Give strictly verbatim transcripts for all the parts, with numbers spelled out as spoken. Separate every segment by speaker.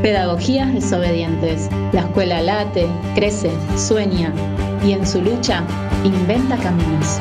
Speaker 1: Pedagogías desobedientes. La escuela late, crece, sueña y en su lucha inventa caminos.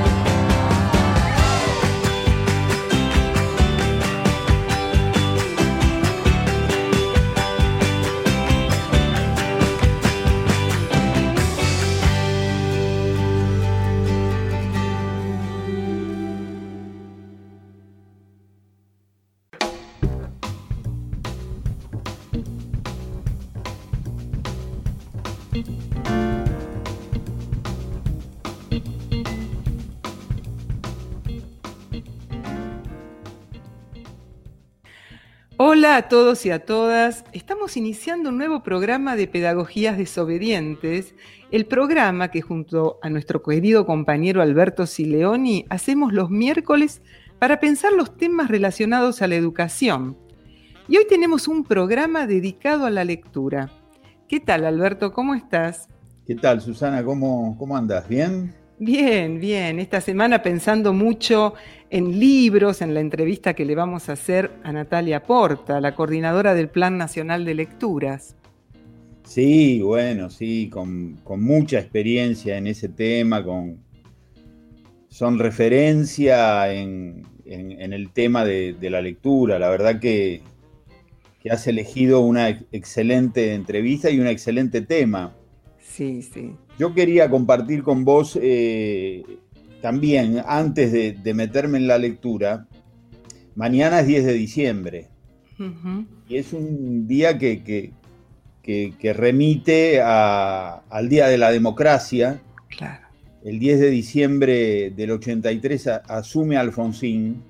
Speaker 2: Hola a todos y a todas. Estamos iniciando un nuevo programa de Pedagogías Desobedientes, el programa que junto a nuestro querido compañero Alberto Sileoni hacemos los miércoles para pensar los temas relacionados a la educación. Y hoy tenemos un programa dedicado a la lectura. ¿Qué tal, Alberto? ¿Cómo estás?
Speaker 3: ¿Qué tal, Susana? ¿Cómo, cómo andas? ¿Bien?
Speaker 2: Bien, bien. Esta semana pensando mucho en libros, en la entrevista que le vamos a hacer a Natalia Porta, la coordinadora del Plan Nacional de Lecturas.
Speaker 3: Sí, bueno, sí, con, con mucha experiencia en ese tema, con, son referencia en, en, en el tema de, de la lectura. La verdad que, que has elegido una excelente entrevista y un excelente tema.
Speaker 2: Sí, sí.
Speaker 3: Yo quería compartir con vos eh, también, antes de, de meterme en la lectura, mañana es diez de diciembre. Uh-huh. Y es un día que, que, que, que remite a, al Día de la Democracia.
Speaker 2: Claro.
Speaker 3: El diez de diciembre del ochenta y tres a, asume Alfonsín.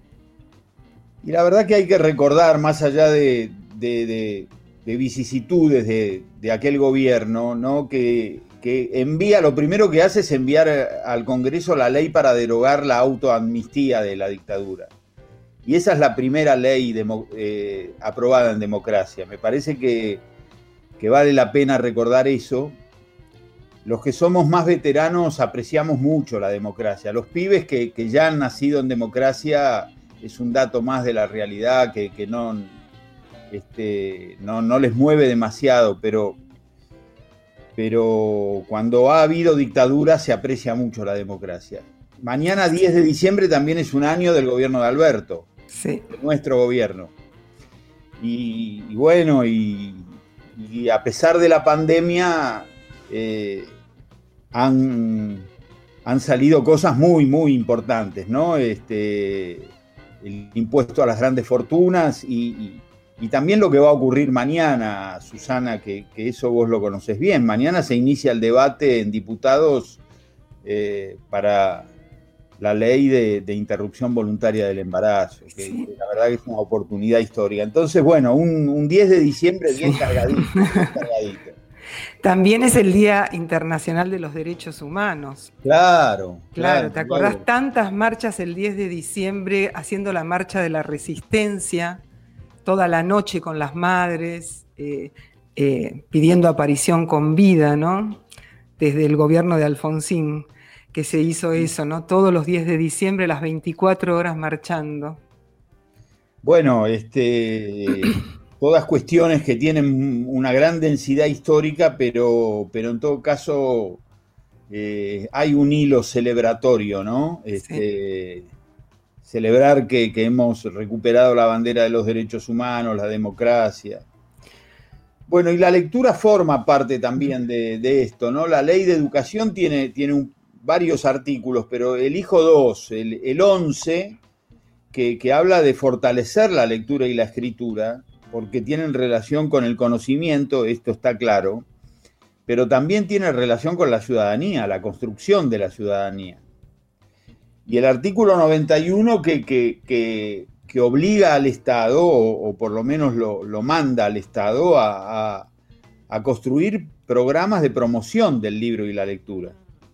Speaker 3: Y la verdad que hay que recordar, más allá de, de, de, de vicisitudes de, de aquel gobierno, ¿no? que, que envía, lo primero que hace es enviar al Congreso la ley para derogar la autoamnistía de la dictadura. Y esa es la primera ley demo, eh, aprobada en democracia. Me parece que, que vale la pena recordar eso. Los que somos más veteranos apreciamos mucho la democracia. Los pibes que, que ya han nacido en democracia es un dato más de la realidad que, que no, este, no, no les mueve demasiado, pero, pero cuando ha habido dictadura se aprecia mucho la democracia. Mañana diez de diciembre también es un año del gobierno de Alberto,
Speaker 2: sí.
Speaker 3: De nuestro gobierno. Y, y bueno, y, y a pesar de la pandemia, eh, han, han salido cosas muy, muy importantes, ¿no? Este, el impuesto a las grandes fortunas y, y, y también lo que va a ocurrir mañana, Susana, que, que eso vos lo conocés bien. Mañana se inicia el debate en diputados eh, para la ley de, de interrupción voluntaria del embarazo, que, sí. que la verdad que es una oportunidad histórica. Entonces, bueno, un, un diez de diciembre bien sí. cargadito, bien cargadito.
Speaker 2: También es el Día Internacional de los Derechos Humanos.
Speaker 3: Claro,
Speaker 2: claro.
Speaker 3: Claro,
Speaker 2: ¿Te acordás
Speaker 3: claro.
Speaker 2: tantas marchas el diez de diciembre haciendo la marcha de la resistencia, toda la noche con las madres, eh, eh, pidiendo aparición con vida, ¿no? Desde el gobierno de Alfonsín, que se hizo eso, ¿no? Todos los diez de diciembre, las veinticuatro horas marchando.
Speaker 3: Bueno, este... todas cuestiones que tienen una gran densidad histórica, pero, pero en todo caso eh, hay un hilo celebratorio, ¿no? Este, sí. Celebrar que, que hemos recuperado la bandera de los derechos humanos, la democracia. Bueno, y la lectura forma parte también de, de esto, ¿no? La ley de educación tiene, tiene un, varios artículos, pero elijo dos, el, el once, que, que habla de fortalecer la lectura y la escritura, porque tienen relación con el conocimiento, esto está claro, pero también tiene relación con la ciudadanía, la construcción de la ciudadanía. Y el artículo noventa y uno que, que, que, que obliga al Estado, o, o por lo menos lo, lo manda al Estado, a, a, a construir programas de promoción del libro y la lectura.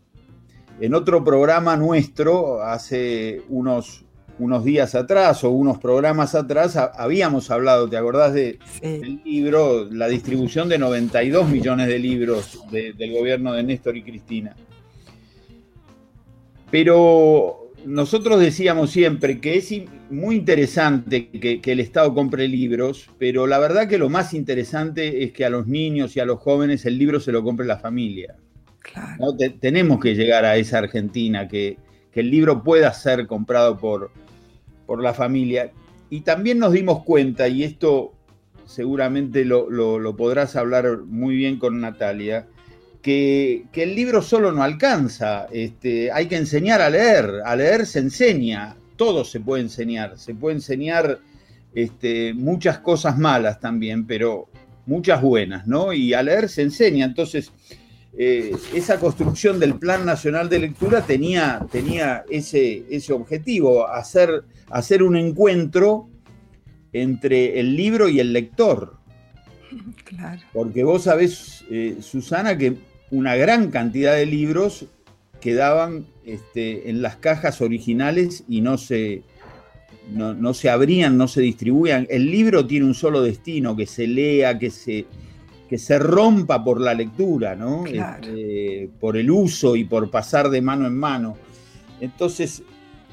Speaker 3: En otro programa nuestro, hace unos... unos días atrás o unos programas atrás habíamos hablado, ¿te acordás de, sí. del libro, la distribución de noventa y dos millones de libros de, del gobierno de Néstor y Cristina? Pero nosotros decíamos siempre que es muy interesante que, que el Estado compre libros, pero la verdad que lo más interesante es que a los niños y a los jóvenes el libro se lo compre la familia.
Speaker 2: Claro.
Speaker 3: ¿No? Te, tenemos que llegar a esa Argentina, que, que el libro pueda ser comprado por, por la familia. Y también nos dimos cuenta, y esto seguramente lo, lo, lo podrás hablar muy bien con Natalia, Que, que el libro solo no alcanza, este, hay que enseñar a leer, a leer se enseña, todo se puede enseñar, se puede enseñar este, muchas cosas malas también, pero muchas buenas, ¿no? Y a leer se enseña, entonces eh, esa construcción del Plan Nacional de Lectura tenía, tenía ese, ese objetivo, hacer, hacer un encuentro entre el libro y el lector.
Speaker 2: Claro.
Speaker 3: Porque vos sabés, eh, Susana, que una gran cantidad de libros quedaban este, en las cajas originales y no se, no, no se abrían, no se distribuían. El libro tiene un solo destino, que se lea, que se, que se rompa por la lectura, ¿no?
Speaker 2: Claro.
Speaker 3: Este, por el uso y por pasar de mano en mano. Entonces,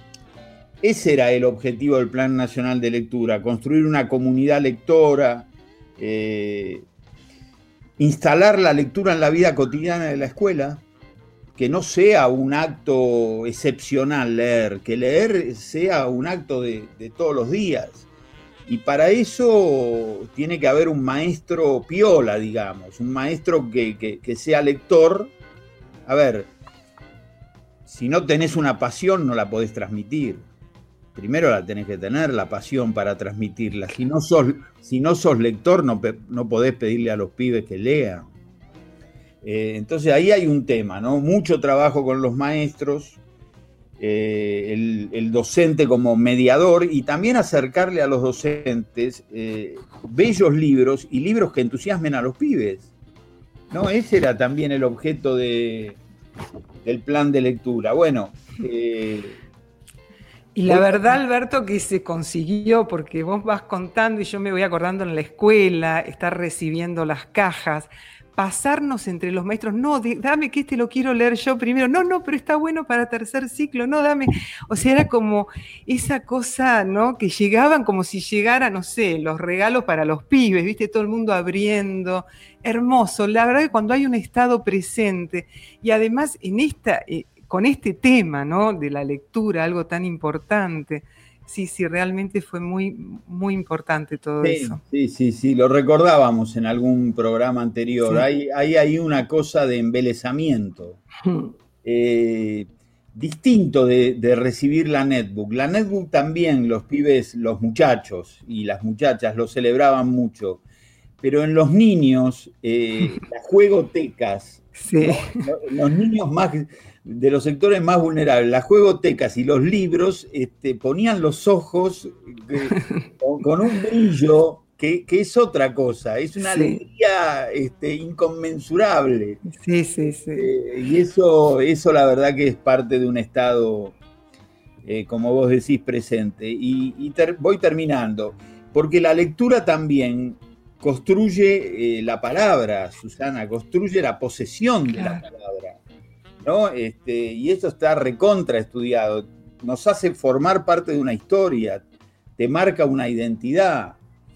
Speaker 3: ese era el objetivo del Plan Nacional de Lectura, construir una comunidad lectora, eh, instalar la lectura en la vida cotidiana de la escuela, que no sea un acto excepcional leer, que leer sea un acto de, de todos los días. Y para eso tiene que haber un maestro piola, digamos, un maestro que, que, que sea lector. A ver, si no tenés una pasión no la podés transmitir. Primero la tenés que tener, la pasión para transmitirla. Si no sos, si no sos lector, no, no podés pedirle a los pibes que lean. Eh, entonces ahí hay un tema, ¿no? Mucho trabajo con los maestros, eh, el, el docente como mediador, y también acercarle a los docentes eh, bellos libros y libros que entusiasmen a los pibes, ¿no? Ese era también el objeto de, del plan de lectura. Bueno, eh,
Speaker 2: y la verdad, Alberto, que se consiguió, porque vos vas contando y yo me voy acordando en la escuela, estar recibiendo las cajas, pasarnos entre los maestros, no, dame que este lo quiero leer yo primero, no, no, pero está bueno para tercer ciclo, no, dame, o sea, era como esa cosa, ¿no? Que llegaban como si llegara, no sé, los regalos para los pibes, ¿viste? Todo el mundo abriendo, hermoso, la verdad que cuando hay un Estado presente, y además en esta... Eh, con este tema, ¿no? De la lectura, algo tan importante. Sí, sí, realmente fue muy, muy importante todo
Speaker 3: sí,
Speaker 2: eso.
Speaker 3: Sí, sí, sí, lo recordábamos en algún programa anterior. Sí. Hay, hay ahí una cosa de embelezamiento. Hmm. Eh, distinto de, de recibir la netbook. La netbook también los pibes, los muchachos y las muchachas lo celebraban mucho. Pero en los niños, eh, las juegotecas,
Speaker 2: sí.
Speaker 3: ¿no? Los niños más... de los sectores más vulnerables, las juegotecas y los libros este, ponían los ojos eh, con, con un brillo que, que es otra cosa, es una sí. alegría este, inconmensurable.
Speaker 2: Sí, sí, sí.
Speaker 3: Eh, y eso, eso la verdad que es parte de un Estado, eh, como vos decís, presente. Y, y ter, voy terminando, porque la lectura también construye eh, la palabra, Susana, construye la posesión de claro. la palabra. ¿No? Este, y eso está recontra estudiado, nos hace formar parte de una historia, te marca una identidad.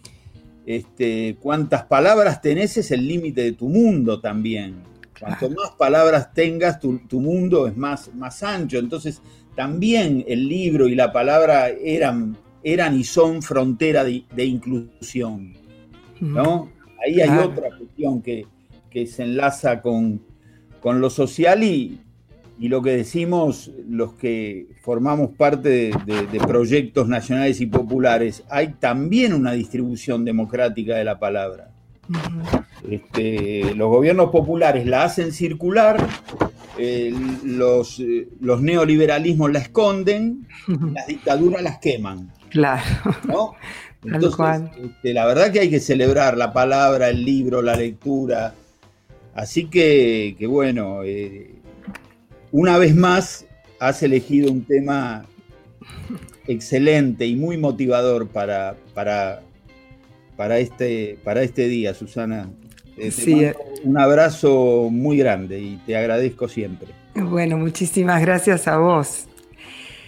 Speaker 3: Este, cuantas palabras tenés es el límite de tu mundo también. Claro. Cuanto más palabras tengas, tu, tu mundo es más, más ancho. Entonces, también el libro y la palabra eran, eran y son frontera de, de inclusión, ¿no? Ahí hay claro. otra cuestión que, que se enlaza con con lo social y, y lo que decimos los que formamos parte de, de, de proyectos nacionales y populares, hay también una distribución democrática de la palabra. Uh-huh. Este, los gobiernos populares la hacen circular, eh, los, eh, los neoliberalismos la esconden, uh-huh. las dictaduras las queman.
Speaker 2: Claro.
Speaker 3: ¿No? Entonces, este, la verdad que hay que celebrar la palabra, el libro, la lectura. Así que, que bueno, eh, una vez más has elegido un tema excelente y muy motivador para, para, para, este, para este día, Susana. Eh,
Speaker 2: sí.
Speaker 3: Te mando un abrazo muy grande y te agradezco siempre.
Speaker 2: Bueno, muchísimas gracias a vos.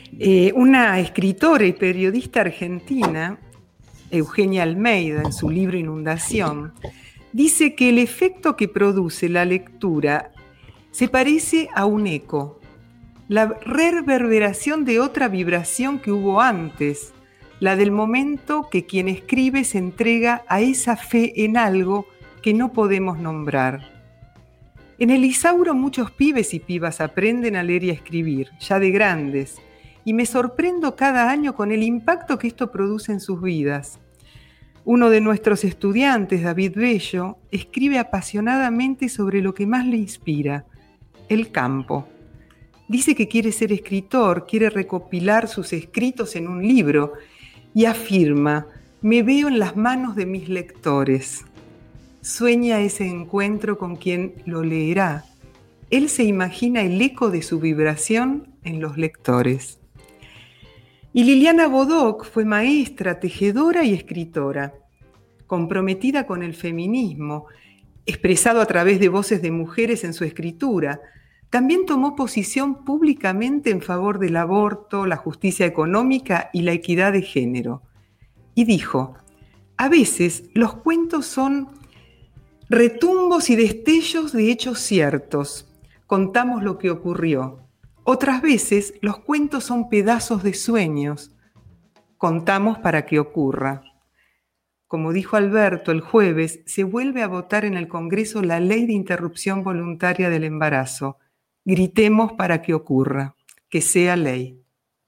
Speaker 2: Eh, una escritora y periodista argentina, Eugenia Almeida, en su libro Inundación, dice que el efecto que produce la lectura se parece a un eco, la reverberación de otra vibración que hubo antes, la del momento que quien escribe se entrega a esa fe en algo que no podemos nombrar. En el Isauro muchos pibes y pibas aprenden a leer y a escribir, ya de grandes, y me sorprendo cada año con el impacto que esto produce en sus vidas. Uno de nuestros estudiantes, David Bello, escribe apasionadamente sobre lo que más le inspira, el campo. Dice que quiere ser escritor, quiere recopilar sus escritos en un libro y afirma: me veo en las manos de mis lectores. Sueña ese encuentro con quien lo leerá. Él se imagina el eco de su vibración en los lectores. Y Liliana Bodoc fue maestra, tejedora y escritora, comprometida con el feminismo, expresado a través de voces de mujeres en su escritura. También tomó posición públicamente en favor del aborto, la justicia económica y la equidad de género. Y dijo: a veces los cuentos son retumbos y destellos de hechos ciertos. Contamos lo que ocurrió. Otras veces los cuentos son pedazos de sueños. Contamos para que ocurra. Como dijo Alberto, el jueves se vuelve a votar en el Congreso la ley de interrupción voluntaria del embarazo. Gritemos para que ocurra, que sea ley.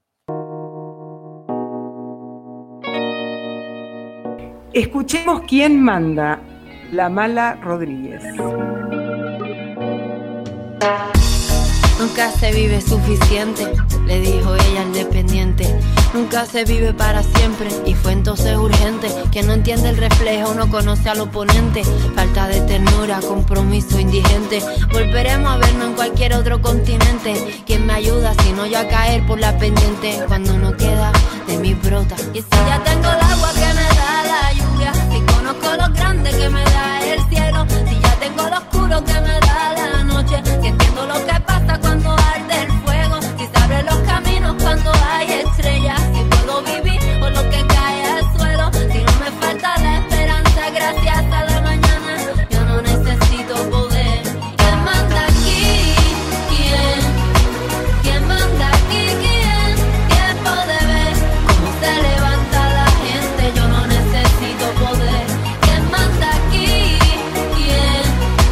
Speaker 2: Escuchemos quién manda, La Mala Rodríguez.
Speaker 4: Nunca se vive suficiente, le dijo ella al dependiente. Nunca se vive para siempre, y fue entonces urgente. Quien no entiende el reflejo no conoce al oponente. Falta de ternura, compromiso indigente. Volveremos a vernos en cualquier otro continente. ¿Quién me ayuda si no yo a caer por la pendiente? Cuando no queda de mi brota. Y si ya tengo el agua que me da la lluvia, si conozco lo grande que me da el cielo, si ya tengo lo oscuro que me da la noche, si entiendo lo que pasa cuando arde el fuego, si se abren los caminos cuando hay estrellas, si puedo vivir por lo que cae al suelo, si no me falta la esperanza gracias a la mañana, yo no necesito poder. ¿Quién manda aquí? ¿Quién? ¿Quién manda aquí? ¿Quién? Tiempo de ver cómo se levanta la gente, yo no necesito poder. ¿Quién manda aquí? ¿Quién?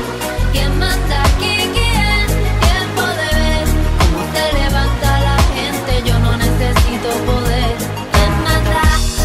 Speaker 4: ¿Quién manda aquí? ¿Quién? Tiempo de ver cómo se levanta la gente, yo no necesito poder. ¿Quién manda?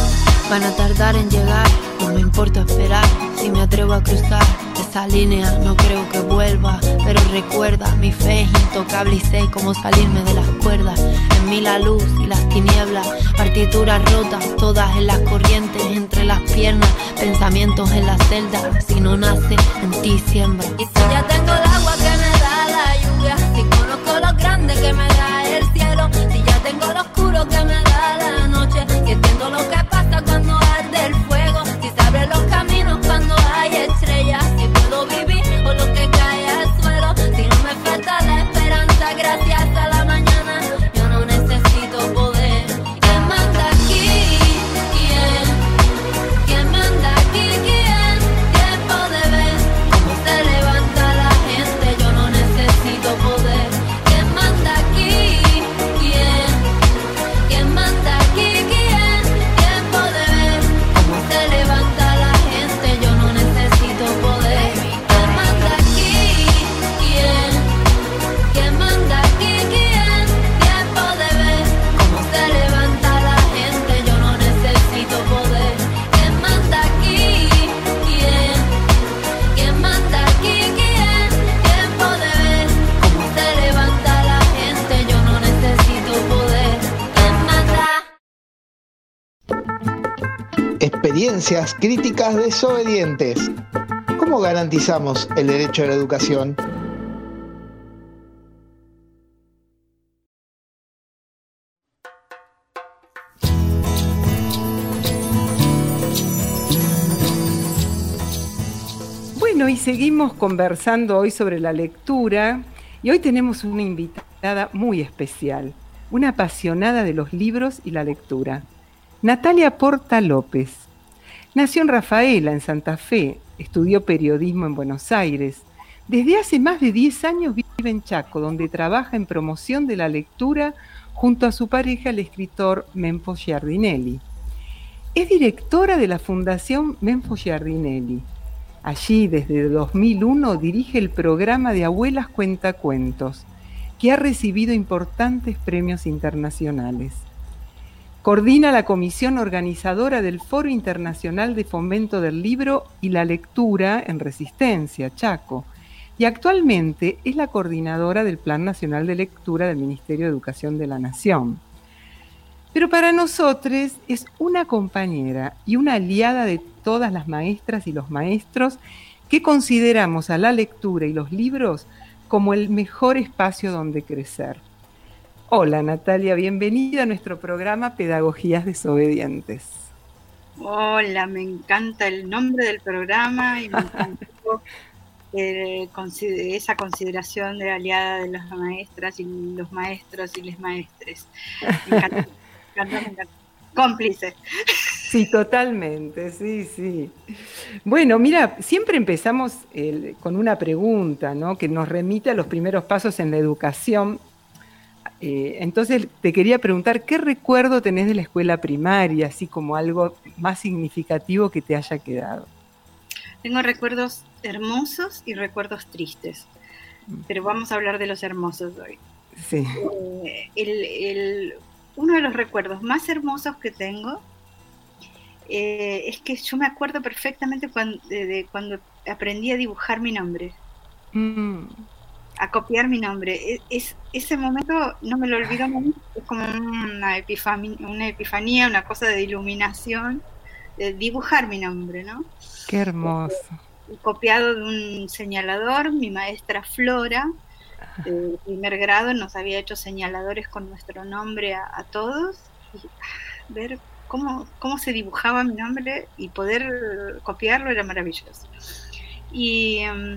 Speaker 4: Van a tardar en llegar, no me importa esperar. Si me atrevo a cruzar esa línea, no creo que vuelva. Pero recuerda, mi fe es intocable y sé cómo salirme de las cuerdas. En mí la luz y las tinieblas, partituras rotas, todas en las corrientes, entre las piernas, pensamientos en la celda. Si no nace, en ti siembra. Y si ya tengo el agua que me da la lluvia, si conozco lo grande que me da el cielo, si ya tengo lo oscuro que me da la noche, si entiendo lo que pasa cuando arde el fuego, si se abren los caminos cuando hay estrellas, si puedo vivir por lo que cae al suelo, si no me falta la esperanza gracias a la mañana, yo no necesito poder. ¿Quién manda aquí? ¿Quién? ¿Quién manda aquí? ¿Quién? Tiempo de ver cómo se levanta la gente, yo no necesito poder. ¿Quién manda aquí? ¿Quién? ¿Quién manda aquí? ¿Quién? Tiempo de ver cómo se levanta la gente, yo no necesito poder. ¿Quién manda aquí? ¿Quién? ¿Quién manda aquí? ¿Quién? Tiempo de ver cómo se levanta la gente, yo no necesito poder. ¿Quién manda aquí? ¿Quién? ¿Quién manda aquí? ¿Quién? Tiempo de ver cómo se levanta la gente, yo no necesito poder. ¿Quién manda?
Speaker 5: Experiencias críticas desobedientes. ¿Cómo garantizamos el derecho a la educación?
Speaker 2: Bueno, y seguimos conversando hoy sobre la lectura, y hoy tenemos una invitada muy especial, una apasionada de los libros y la lectura. Natalia Porta López. Nació en Rafaela, en Santa Fe, estudió periodismo en Buenos Aires. Desde hace más de diez años vive en Chaco, donde trabaja en promoción de la lectura junto a su pareja, el escritor Menfo Giardinelli. Es directora de la Fundación Menfo Giardinelli. Allí, desde dos mil uno, dirige el programa de Abuelas Cuentacuentos, que ha recibido importantes premios internacionales. Coordina la comisión organizadora del Foro Internacional de Fomento del Libro y la Lectura en Resistencia, Chaco, y actualmente es la coordinadora del Plan Nacional de Lectura del Ministerio de Educación de la Nación. Pero para nosotros es una compañera y una aliada de todas las maestras y los maestros que consideramos a la lectura y los libros como el mejor espacio donde crecer. Hola Natalia, bienvenida a nuestro programa Pedagogías Desobedientes.
Speaker 6: Hola, me encanta el nombre del programa y me encanta eh, esa consideración de aliada de las maestras y los maestros y les maestres. Me encanta, me encanta, me encanta. Cómplice.
Speaker 2: Sí, totalmente, sí, sí. Bueno, mira, siempre empezamos el, con una pregunta, ¿no?, que nos remite a los primeros pasos en la educación. Eh, entonces te quería preguntar, ¿qué recuerdo tenés de la escuela primaria, así como algo más significativo que te haya quedado?
Speaker 6: Tengo recuerdos hermosos y recuerdos tristes, pero vamos a hablar de los hermosos hoy.
Speaker 2: Sí.
Speaker 6: Eh, el, el, uno de los recuerdos más hermosos que tengo eh, es que yo me acuerdo perfectamente cuando, de, de cuando aprendí a dibujar mi nombre. Mm. A copiar mi nombre. Es, ese momento no me lo olvido nunca. Es como una epifanía, una epifanía, una cosa de iluminación, de dibujar mi nombre, ¿no?
Speaker 2: Qué hermoso.
Speaker 6: Eh, copiado de un señalador, mi maestra Flora, de primer grado, nos había hecho señaladores con nuestro nombre a, a todos, y ver cómo, cómo se dibujaba mi nombre y poder copiarlo era maravilloso. Y... Um,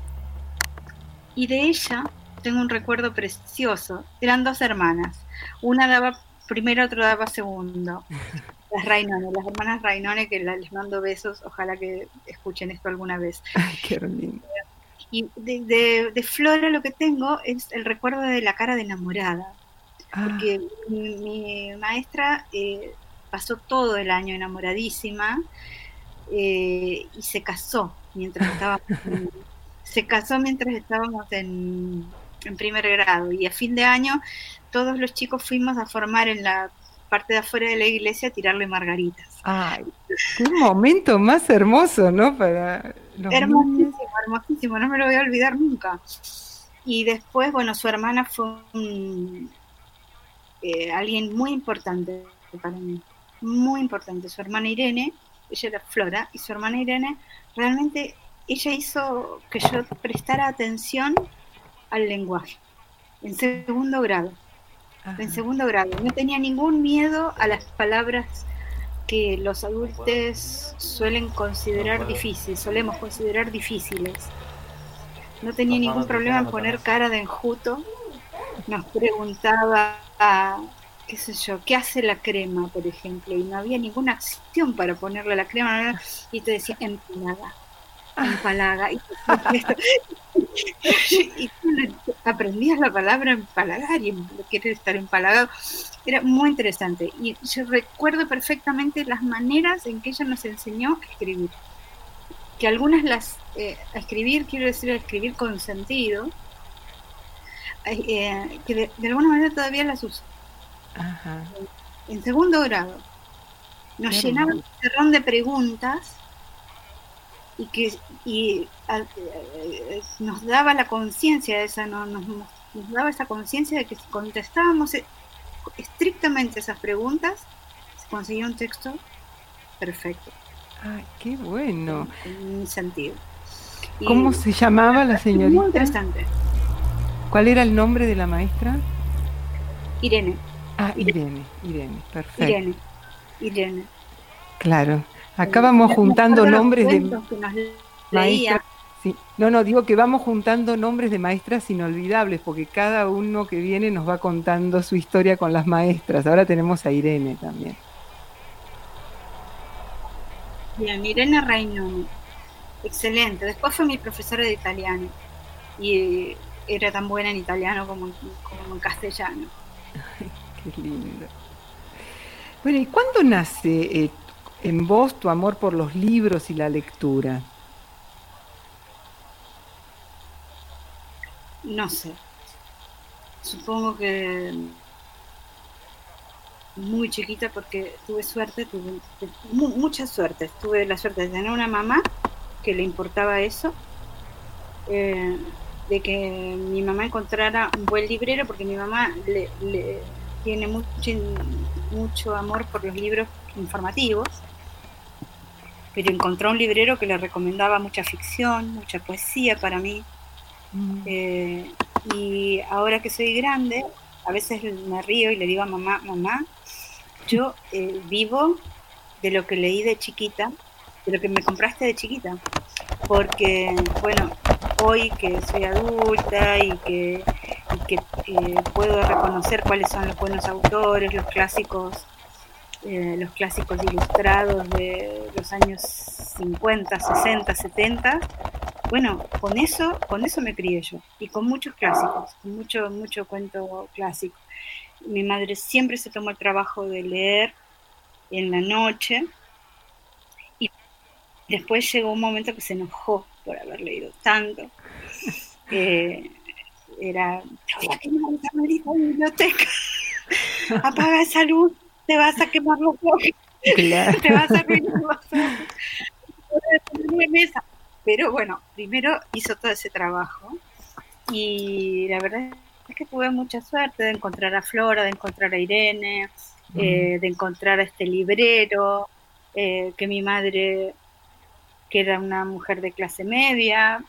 Speaker 6: Y de ella tengo un recuerdo precioso. Eran dos hermanas. Una daba primero, otra daba segundo. Las Rainone, las hermanas Rainone, que les mando besos. Ojalá que escuchen esto alguna vez.
Speaker 2: Ay, qué lindo.
Speaker 6: Y de, de, de Flora lo que tengo es el recuerdo de la cara de enamorada. Ah. Porque mi, mi maestra eh, pasó todo el año enamoradísima eh, y se casó mientras estaba... Se casó mientras estábamos en, en primer grado y a fin de año todos los chicos fuimos a formar en la parte de afuera de la iglesia a tirarle margaritas.
Speaker 2: ¡Ay! ¡Qué momento más hermoso!, ¿no? Para los
Speaker 6: hermosísimo,
Speaker 2: niños.
Speaker 6: hermosísimo, no me lo voy a olvidar nunca. Y después, bueno, su hermana fue un, eh, alguien muy importante para mí, muy importante. Su hermana Irene, ella era Flora, y su hermana Irene realmente... ella hizo que yo prestara atención al lenguaje, en segundo grado. Ajá. En segundo grado. No tenía ningún miedo a las palabras que los adultos suelen considerar difíciles, solemos considerar difíciles. No tenía ningún problema en poner cara de enjuto. Nos preguntaba, qué sé yo, ¿qué hace la crema, por ejemplo? Y no había ninguna acción para ponerle la crema, y te decía, empinada. Empalaga y, y tú aprendías la palabra empalagar y quieres estar empalagado. Era muy interesante y yo recuerdo perfectamente las maneras en que ella nos enseñó a escribir, que algunas las eh, a escribir, quiero decir a escribir con sentido, eh, que de, de alguna manera todavía las uso. Ajá. En segundo grado nos Qué llenaba un cerrón de preguntas y que y a, eh, nos daba la conciencia de esa no, nos, nos daba esa conciencia de que si contestábamos estrictamente esas preguntas se conseguía un texto perfecto.
Speaker 2: Ay, qué bueno.
Speaker 6: En un sentido. Y
Speaker 2: ¿cómo se llamaba la señorita?
Speaker 6: Muy interesante.
Speaker 2: ¿Cuál era el nombre de la maestra?
Speaker 6: Irene.
Speaker 2: Ah, Irene, Irene, perfecto.
Speaker 6: Irene, Irene.
Speaker 2: Claro. Acá vamos juntando nombres de
Speaker 6: que nos leía.
Speaker 2: Sí, no, no, digo que vamos juntando nombres de maestras inolvidables, porque cada uno que viene nos va contando su historia con las maestras. Ahora tenemos a Irene también.
Speaker 6: Bien, Irene Rainoni, excelente. Después fue mi profesora de italiano y era tan buena en italiano como, como en castellano.
Speaker 2: Qué lindo. Bueno, ¿y cuándo nace eh, en vos tu amor por los libros y la lectura?
Speaker 6: No sé. Supongo que muy chiquita, porque tuve suerte, tuve, tuve mucha suerte. Tuve la suerte de tener una mamá que le importaba eso, eh, de que mi mamá encontrara un buen librero, porque mi mamá le, le tiene mucho, mucho amor por los libros informativos, pero encontró un librero que le recomendaba mucha ficción, mucha poesía para mí. Mm. Eh, y ahora que soy grande, a veces me río y le digo a mamá, mamá, yo eh, vivo de lo que leí de chiquita, de lo que me compraste de chiquita, porque, bueno, hoy que soy adulta y que, y que eh, puedo reconocer cuáles son los buenos autores, los clásicos, eh, los clásicos ilustrados de los años cincuenta, sesenta, setenta, bueno, con eso, con eso me crié yo, y con muchos clásicos, con mucho, mucho cuento clásico. Mi madre siempre se tomó el trabajo de leer en la noche, y después llegó un momento que se enojó por haber leído tanto. Eh, era, te voy a quemar esa maldita biblioteca, apaga esa luz, te vas a quemar los ojos, claro. Te vas a arruinar los ojos, pero bueno, primero hizo todo ese trabajo, y la verdad es que tuve mucha suerte de encontrar a Flora, de encontrar a Irene, mm. eh, de encontrar a este librero, eh, que mi madre, que era una mujer de clase media,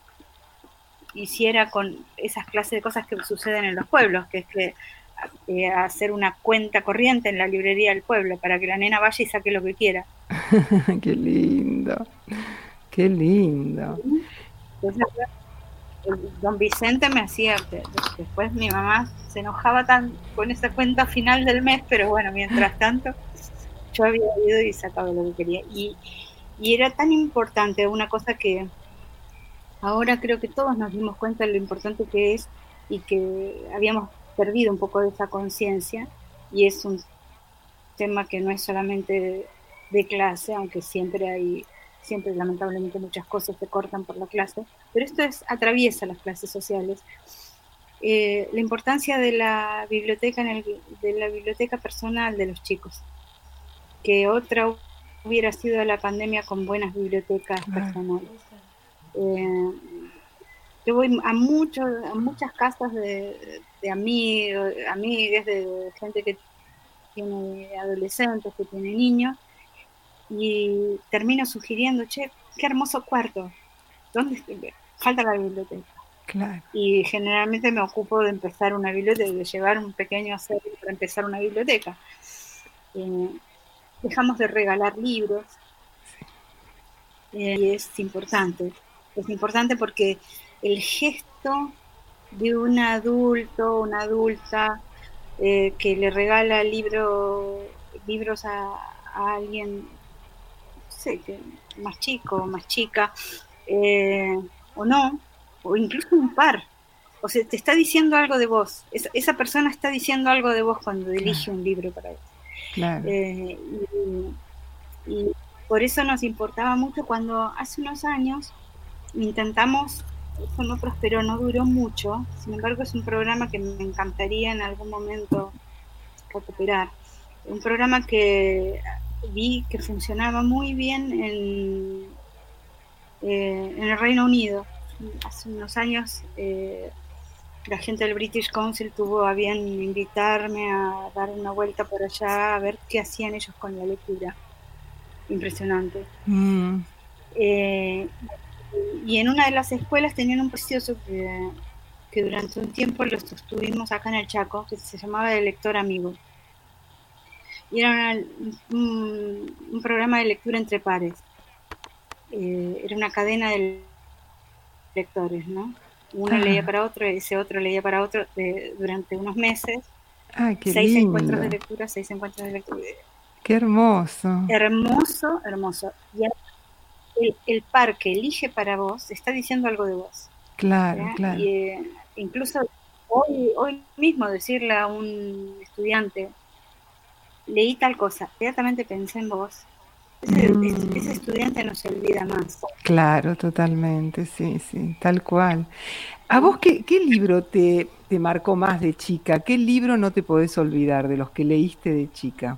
Speaker 6: hiciera con esas clases de cosas que suceden en los pueblos, que es que eh, hacer una cuenta corriente en la librería del pueblo para que la nena vaya y saque lo que quiera.
Speaker 2: Qué lindo, qué lindo.
Speaker 6: Entonces, don Vicente me hacía, después mi mamá se enojaba tan con esa cuenta final del mes, pero bueno, mientras tanto yo había ido y sacado lo que quería, y, y era tan importante, una cosa que ahora creo que todos nos dimos cuenta de lo importante que es, y que habíamos perdido un poco de esa conciencia, y es un tema que no es solamente de, de clase, aunque siempre hay siempre lamentablemente muchas cosas se cortan por la clase, pero esto es, atraviesa las clases sociales. Eh, la importancia de la biblioteca en el, de la biblioteca personal de los chicos, que otra hubiera sido la pandemia con buenas bibliotecas personales. Eh, yo voy a muchos, a muchas casas de, de amigos, amigas, de gente que tiene adolescentes, que tiene niños, y termino sugiriendo, che, qué hermoso cuarto, ¿dónde falta la biblioteca?
Speaker 2: Claro.
Speaker 6: Y generalmente me ocupo de empezar una biblioteca, de llevar un pequeño acervo para empezar una biblioteca. Eh, dejamos de regalar libros, eh, y es importante, es importante porque el gesto de un adulto, una adulta, eh, que le regala libro, libros a, a alguien, sé, que más chico, más chica, eh, o no, o incluso un par, o sea, te está diciendo algo de vos, esa, esa persona está diciendo algo de vos cuando claro. elige un libro para vos.
Speaker 2: Claro.
Speaker 6: Eh, y, y por eso nos importaba mucho cuando hace unos años intentamos, eso no prosperó, no duró mucho, sin embargo es un programa que me encantaría en algún momento recuperar, un programa que vi que funcionaba muy bien en, eh, en el Reino Unido. Hace unos años eh, la gente del British Council tuvo a bien invitarme a dar una vuelta por allá a ver qué hacían ellos con la lectura. Impresionante.
Speaker 2: Mm.
Speaker 6: Eh, y en una de las escuelas tenían un precioso que, que durante un tiempo lo sostuvimos acá en el Chaco, que se llamaba El Lector Amigo. Y era una, un, un programa de lectura entre pares. Eh, era una cadena de lectores, ¿no? Uno
Speaker 2: Ah.
Speaker 6: leía para otro, ese otro leía para otro de, durante unos meses.
Speaker 2: Ah, qué
Speaker 6: seis
Speaker 2: lindo.
Speaker 6: encuentros de lectura, seis encuentros de lectura.
Speaker 2: Qué hermoso.
Speaker 6: Hermoso, hermoso. Y el, el par que elige para vos está diciendo algo de vos.
Speaker 2: Claro,
Speaker 6: ¿sí?
Speaker 2: claro.
Speaker 6: Y, eh, incluso hoy, hoy mismo decirle a un estudiante, leí tal cosa, inmediatamente pensé en vos. Ese,
Speaker 2: Mm.
Speaker 6: ese, ese estudiante no se olvida más.
Speaker 2: Claro, totalmente, sí, sí, tal cual. ¿A vos qué, qué libro te, te marcó más de chica? ¿Qué libro no te podés olvidar de los que leíste de chica?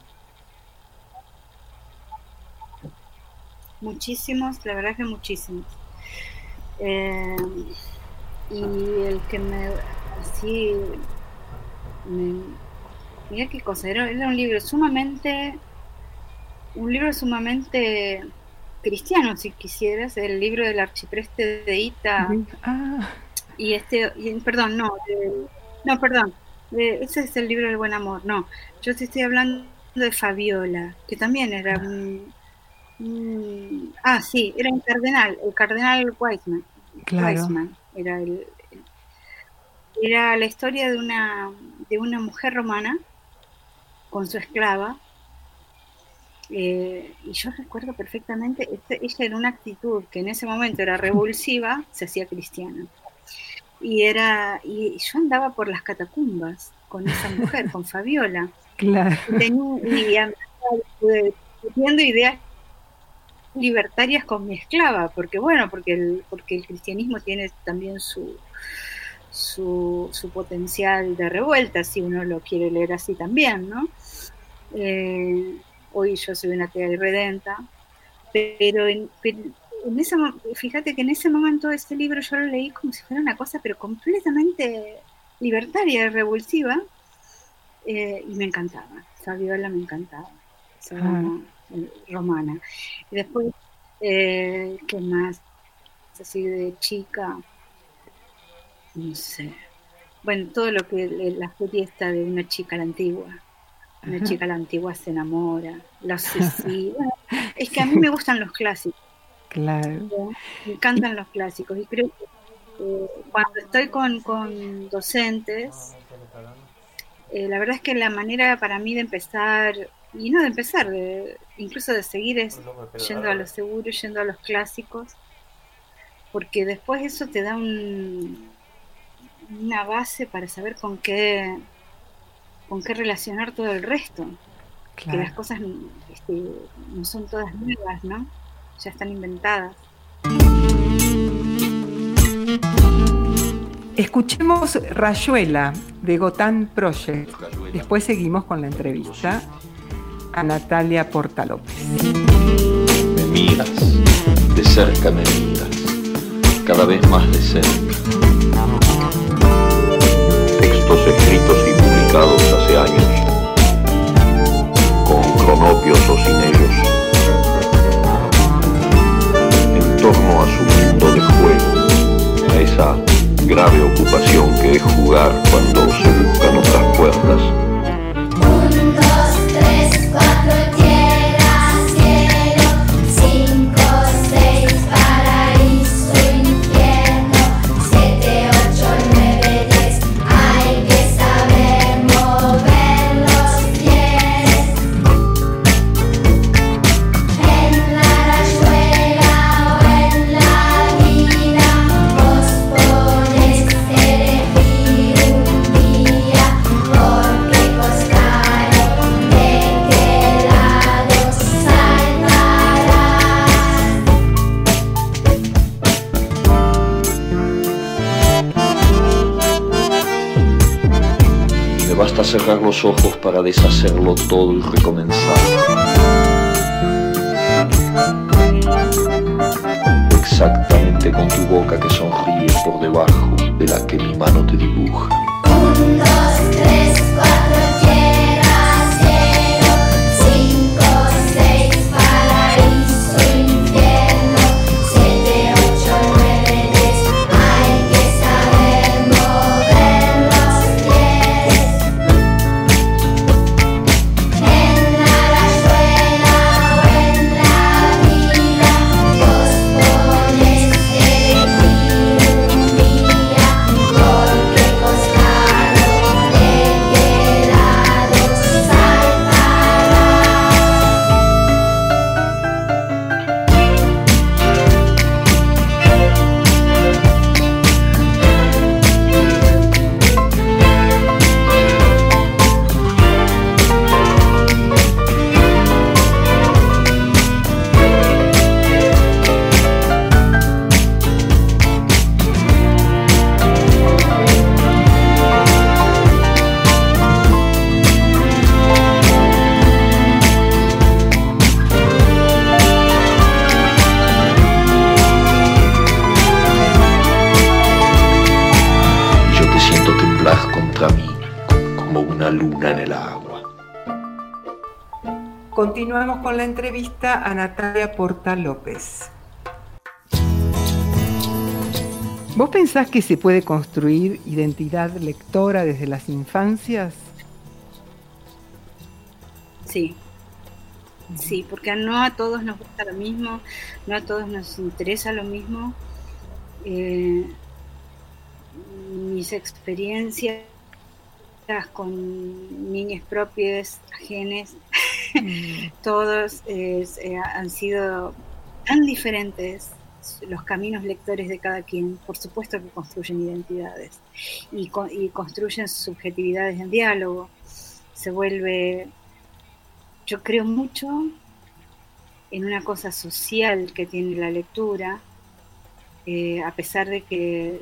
Speaker 6: Muchísimos, la verdad que muchísimos. Eh, y el que me, así, me, mira qué cosa, era, era un libro sumamente, un libro sumamente cristiano, si quisieras, el libro del arcipreste de Ita.
Speaker 2: Ah.
Speaker 6: Y este, y, perdón, no, de, no, perdón, de, ese es el libro del buen amor, no, yo te estoy hablando de Fabiola, que también era un, un ah, sí, era un cardenal, el cardenal Wiseman,
Speaker 2: Claro.
Speaker 6: Wiseman era el, el, era la historia de una, de una mujer romana con su esclava. Eh, y yo recuerdo perfectamente, este, ella en una actitud que en ese momento era revulsiva, se hacía cristiana. Y era y yo andaba por las catacumbas con esa mujer, con Fabiola.
Speaker 2: Claro.
Speaker 6: Y, tenía, y andaba teniendo ideas libertarias con mi esclava, porque bueno, porque el, porque el cristianismo tiene también su, su, su potencial de revuelta, si uno lo quiere leer así también, ¿no? Eh, hoy yo soy una atea irredenta, pero en, en ese, fíjate que en ese momento este libro yo lo leí como si fuera una cosa pero completamente libertaria, revulsiva, eh, y me encantaba. Fabiola me encantaba, esa ah. romana. Y después, eh, ¿qué más? Así de chica, no sé. Bueno, todo lo que la fiesta de una chica a la antigua. Una chica a la antigua se enamora, los sí, bueno, es que a mí me gustan los clásicos.
Speaker 2: Claro.
Speaker 6: Me encantan los clásicos y creo que eh, cuando estoy con, con docentes, eh, la verdad es que la manera para mí de empezar, y no de empezar, de, incluso de seguir es yendo a lo seguro, yendo a los clásicos, porque después eso te da un, una base para saber con qué con qué relacionar todo el resto. Claro. Que las cosas este, no son todas nuevas, ¿no? Ya están inventadas.
Speaker 2: Escuchemos Rayuela de Gotán Project. Después seguimos con la entrevista a Natalia Portalópez.
Speaker 7: Me miras, de cerca me miras, cada vez más de cerca. Textos escritos y publicados hace años, con cronopios o sin ellos, en torno a su mundo de juego, a esa grave ocupación que es jugar cuando se buscan otras puertas.
Speaker 8: Un, dos, tres, cuatro, tierra, cielo, cinco, seis, paraíso, infierno, siete, ocho, nueve, diez, hay que saber mover los pies. En la rayuela o en la vida, vos podés elegir un día, porque costará de qué lado saltarás.
Speaker 7: Me basta cerrar los ojos para deshacerlo todo y recomenzar. Exactamente con tu boca que sonríe por debajo de la que mi mano te dibuja.
Speaker 8: Un, dos, tres, cuatro, tierra, cielo, cinco, seis, paraíso, infierno, siete, ocho, nueve, diez, hay que saber mover los pies. En la rayuela o en la vida, vos podés elegir
Speaker 7: luna en el agua.
Speaker 2: Continuamos con la entrevista a Natalia Porta López. ¿Vos pensás que se puede construir identidad lectora desde las infancias?
Speaker 6: Sí, sí, porque no a todos nos gusta lo mismo, no a todos nos interesa lo mismo. Eh, mis experiencias con niñas propias, ajenas, mm. todos eh, eh, han sido tan diferentes los caminos lectores de cada quien. Por supuesto que construyen identidades y, co- y construyen subjetividades en diálogo. Se vuelve, yo creo mucho en una cosa social que tiene la lectura, eh, a pesar de que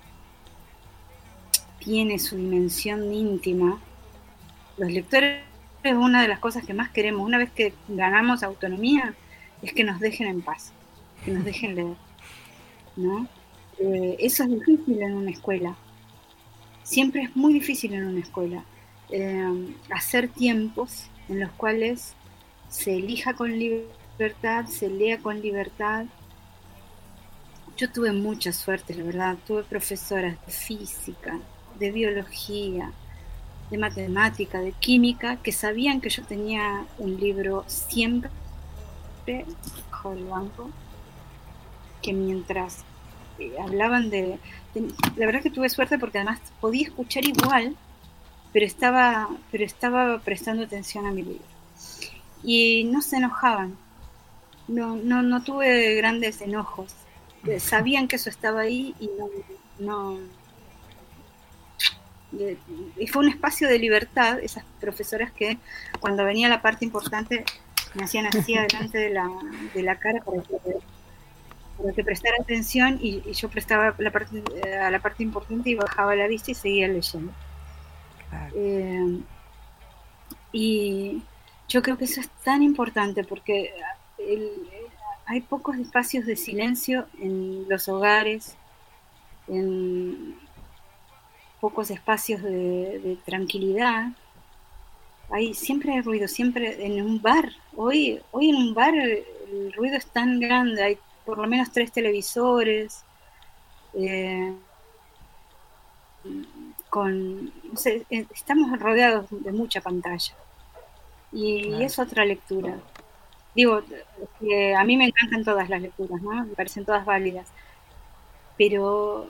Speaker 6: tiene su dimensión íntima. Los lectores es una de las cosas que más queremos. Una vez que ganamos autonomía, es que nos dejen en paz, que nos dejen leer, ¿no? Eh, eso es difícil en una escuela. Siempre es muy difícil en una escuela. Eh, hacer tiempos en los cuales se elija con libertad, se lea con libertad. Yo tuve mucha suerte, la verdad. Tuve profesoras de física, de biología, de matemática, de química, que sabían que yo tenía un libro siempre bajo el banco, que mientras eh, hablaban de, de... La verdad que tuve suerte porque además podía escuchar igual, pero estaba, pero estaba prestando atención a mi libro. Y no se enojaban, no, no, no tuve grandes enojos. Sabían que eso estaba ahí y no... no y fue un espacio de libertad, esas profesoras que cuando venía la parte importante me hacían así adelante de la, de la cara para que, para que prestara atención y, y yo prestaba la parte, a la parte importante y bajaba la vista y seguía leyendo. Claro. Eh, y yo creo que eso es tan importante porque el, hay pocos espacios de silencio en los hogares, en pocos espacios de, de tranquilidad. Hay, siempre hay ruido, siempre en un bar. Hoy, hoy en un bar el ruido es tan grande, hay por lo menos tres televisores, eh, con, no sé, estamos rodeados de mucha pantalla. Y, claro. y es otra lectura. Digo, eh, a mí me encantan todas las lecturas, ¿no? Me parecen todas válidas. Pero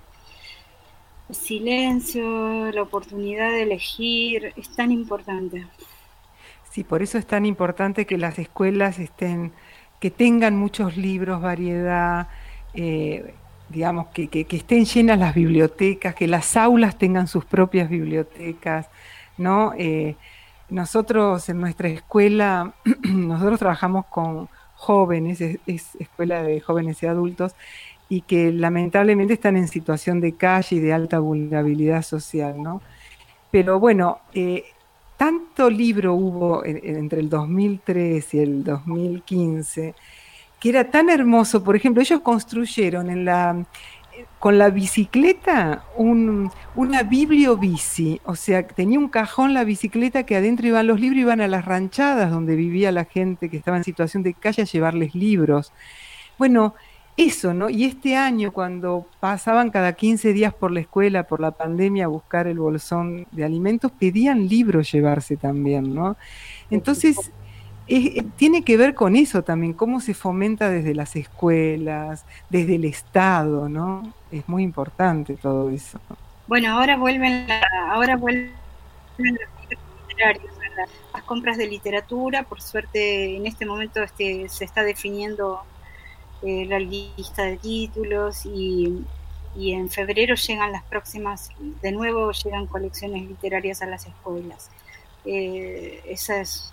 Speaker 6: el silencio, la oportunidad de elegir, es tan importante.
Speaker 2: Sí, por eso es tan importante que las escuelas estén, que tengan muchos libros, variedad, eh, digamos, que, que, que estén llenas las bibliotecas, que las aulas tengan sus propias bibliotecas, ¿no? Eh, nosotros en nuestra escuela, nosotros trabajamos con jóvenes, es, es escuela de jóvenes y adultos, y que lamentablemente están en situación de calle y de alta vulnerabilidad social, ¿no? Pero bueno, eh, tanto libro hubo en, en, entre el dos mil tres y el dos mil quince, que era tan hermoso. Por ejemplo, ellos construyeron en la, con la bicicleta un, una bibliobici, o sea, tenía un cajón la bicicleta que adentro iban los libros, iban a las ranchadas donde vivía la gente que estaba en situación de calle a llevarles libros. Bueno, eso, ¿no? Y este año, cuando pasaban cada quince días por la escuela, por la pandemia, a buscar el bolsón de alimentos, pedían libros llevarse también, ¿no? Entonces, eh, tiene que ver con eso también, cómo se fomenta desde las escuelas, desde el Estado, ¿no? Es muy importante todo eso.
Speaker 6: Bueno, ahora vuelven, la, ahora vuelven los libros literarios, ¿verdad? Las compras de literatura, por suerte, en este momento este, se está definiendo Eh, la lista de títulos y, y en febrero llegan las próximas, de nuevo llegan colecciones literarias a las escuelas. Eh, esa es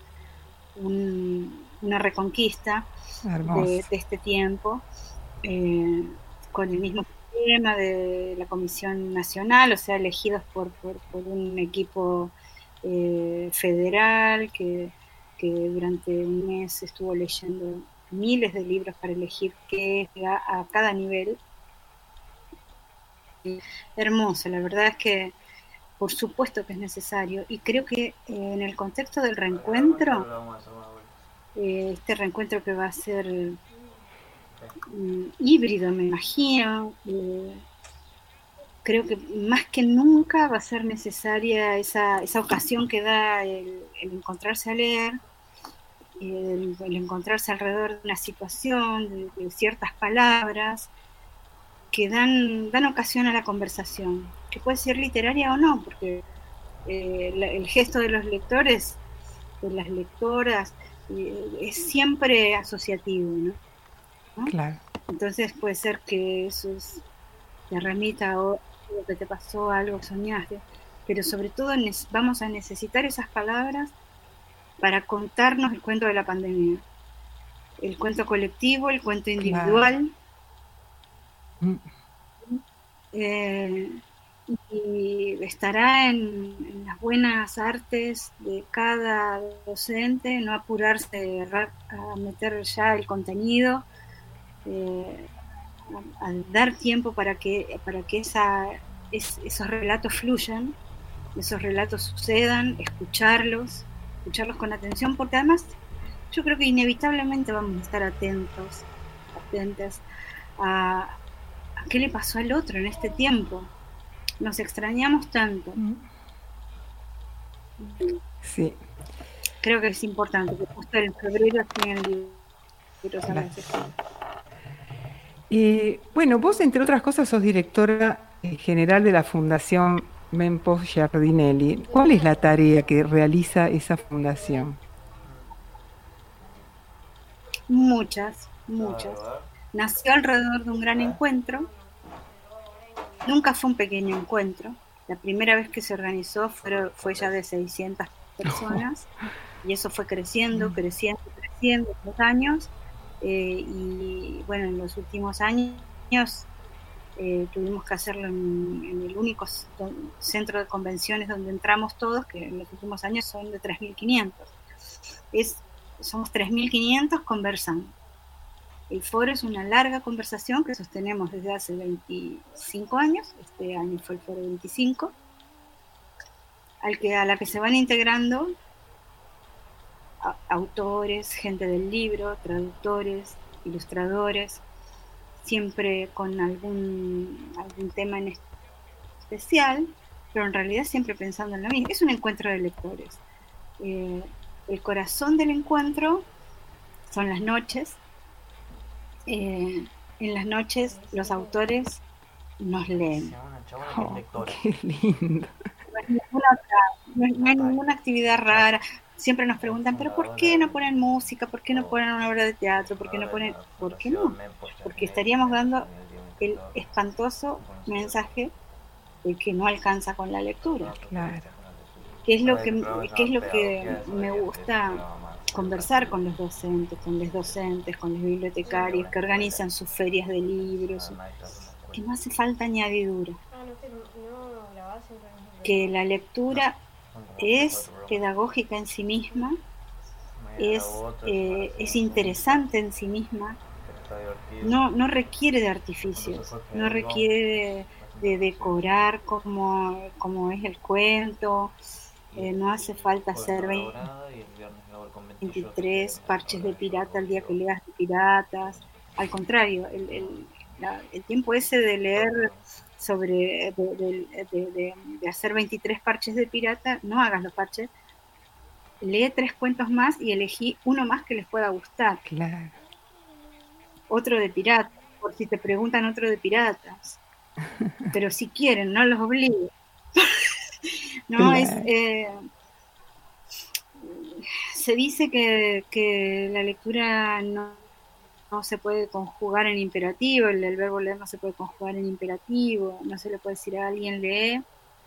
Speaker 6: un, una reconquista de, de este tiempo, eh, con el mismo sistema de la Comisión Nacional, o sea, elegidos por, por, por un equipo eh, federal que, que durante un mes estuvo leyendo miles de libros para elegir qué a, a cada nivel. Hermoso, la verdad es que por supuesto que es necesario, y creo que eh, en el contexto del reencuentro, eh, este reencuentro que va a ser mm, híbrido, me imagino, eh, creo que más que nunca va a ser necesaria esa, esa ocasión que da el, el encontrarse a leer, el, el encontrarse alrededor de una situación, de, de ciertas palabras que dan, dan ocasión a la conversación, que puede ser literaria o no, porque eh, la, el gesto de los lectores, de las lectoras, eh, es siempre asociativo, ¿no? ¿no?
Speaker 2: Claro.
Speaker 6: Entonces puede ser que eso es, te remita a algo que te pasó, a algo que soñaste, pero sobre todo nes- vamos a necesitar esas palabras para contarnos el cuento de la pandemia, el cuento colectivo, el cuento individual.
Speaker 2: Mm.
Speaker 6: Eh, y estará en, en las buenas artes de cada docente, no apurarse ra- a meter ya el contenido, eh, a, a dar tiempo para que, para que esa, es- esos relatos fluyan, esos relatos sucedan, escucharlos, escucharlos con atención, porque además yo creo que inevitablemente vamos a estar atentos, atentas a, a qué le pasó al otro en este tiempo. Nos extrañamos tanto.
Speaker 2: Sí.
Speaker 6: Creo que es importante que justo en febrero estén libros a la
Speaker 2: Eh, bueno, vos, entre otras cosas, sos directora eh, general de la Fundación Mempo Giardinelli. ¿Cuál es la tarea que realiza esa fundación?
Speaker 6: Muchas, muchas. Nació alrededor de un gran encuentro. Nunca fue un pequeño encuentro. La primera vez que se organizó fue, fue ya de seiscientas personas y eso fue creciendo, creciendo, creciendo en los años. Eh, y bueno, en los últimos años eh, tuvimos que hacerlo en, en el único c- centro de convenciones donde entramos todos, que en los últimos años son de tres mil quinientos. Es, somos tres mil quinientos conversando. El foro es una larga conversación que sostenemos desde hace veinticinco años, este año fue el foro veinticinco, al que, a la que se van integrando a, autores, gente del libro, traductores, ilustradores, siempre con algún, algún tema en especial, pero en realidad siempre pensando en lo mismo. Es un encuentro de lectores. Eh, el corazón del encuentro son las noches. Eh, en las noches los autores nos leen.
Speaker 2: Oh, qué lindo.
Speaker 6: No hay ninguna otra- no hay- no hay ninguna actividad rara. Siempre nos preguntan, pero ¿por qué no ponen música? ¿Por qué no ponen una obra de teatro? ¿Por qué no ponen...? ¿Por qué no? Porque estaríamos dando el espantoso mensaje de que no alcanza con la lectura.
Speaker 2: Claro.
Speaker 6: ¿Qué es lo que, qué es lo que me gusta conversar con los docentes, con los docentes, con los bibliotecarios que organizan sus ferias de libros? Que no hace falta añadidura. Que la lectura es pedagógica en sí misma, es, eh, es interesante en sí misma, no, no requiere de artificios, no requiere de, de decorar como, como es el cuento, eh, no hace falta hacer veintitrés parches de pirata el día que leas de piratas, al contrario, el, el, la- el tiempo ese de leer sobre, de, de- de- de- de hacer veintitrés parches de pirata, no hagas los parches, lee tres cuentos más y elegí uno más que les pueda gustar.
Speaker 2: Claro.
Speaker 6: Otro de piratas, por si te preguntan otro de piratas. Pero si quieren, no los obligo. no, es...
Speaker 2: Claro.
Speaker 6: eh, se dice que, que la lectura no, no se puede conjugar en imperativo, el, el verbo leer no se puede conjugar en imperativo, no se le puede decir a alguien lee,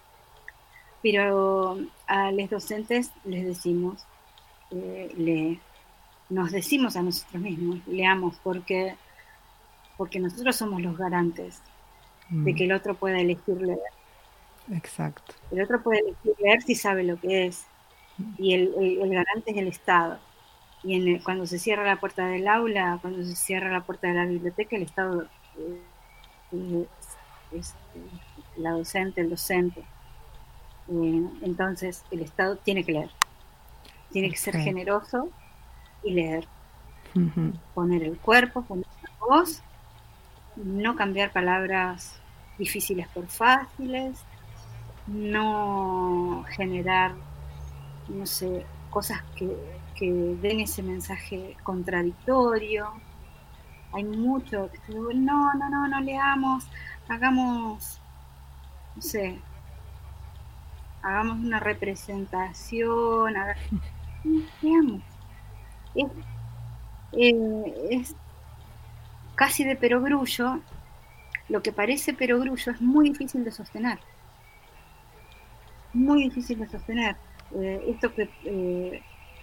Speaker 6: pero a los docentes les decimos eh, lee. Nos decimos a nosotros mismos, leamos, porque, porque nosotros somos los garantes de
Speaker 2: Mm,
Speaker 6: que el otro pueda elegir leer.
Speaker 2: exacto.
Speaker 6: El otro puede elegir leer si sabe lo que es, y el, el, el garante es el Estado. Y en el, cuando se cierra la puerta del aula, cuando se cierra la puerta de la biblioteca, el Estado eh, es, es la docente, el docente. Eh, entonces, el Estado tiene que leer, tiene que ser
Speaker 2: Perfecto.
Speaker 6: generoso y leer,
Speaker 2: Ujú.
Speaker 6: poner el cuerpo, poner la voz, no cambiar palabras difíciles por fáciles, no generar, no sé, cosas que, que den ese mensaje contradictorio. Hay mucho, que se vuelve, no, no, no, no leamos, hagamos, no sé, hagamos una representación, haga- no, leamos. Es, eh, es casi de perogrullo. Lo que parece perogrullo es muy difícil de sostener. Muy difícil de sostener. Eh, esto que eh,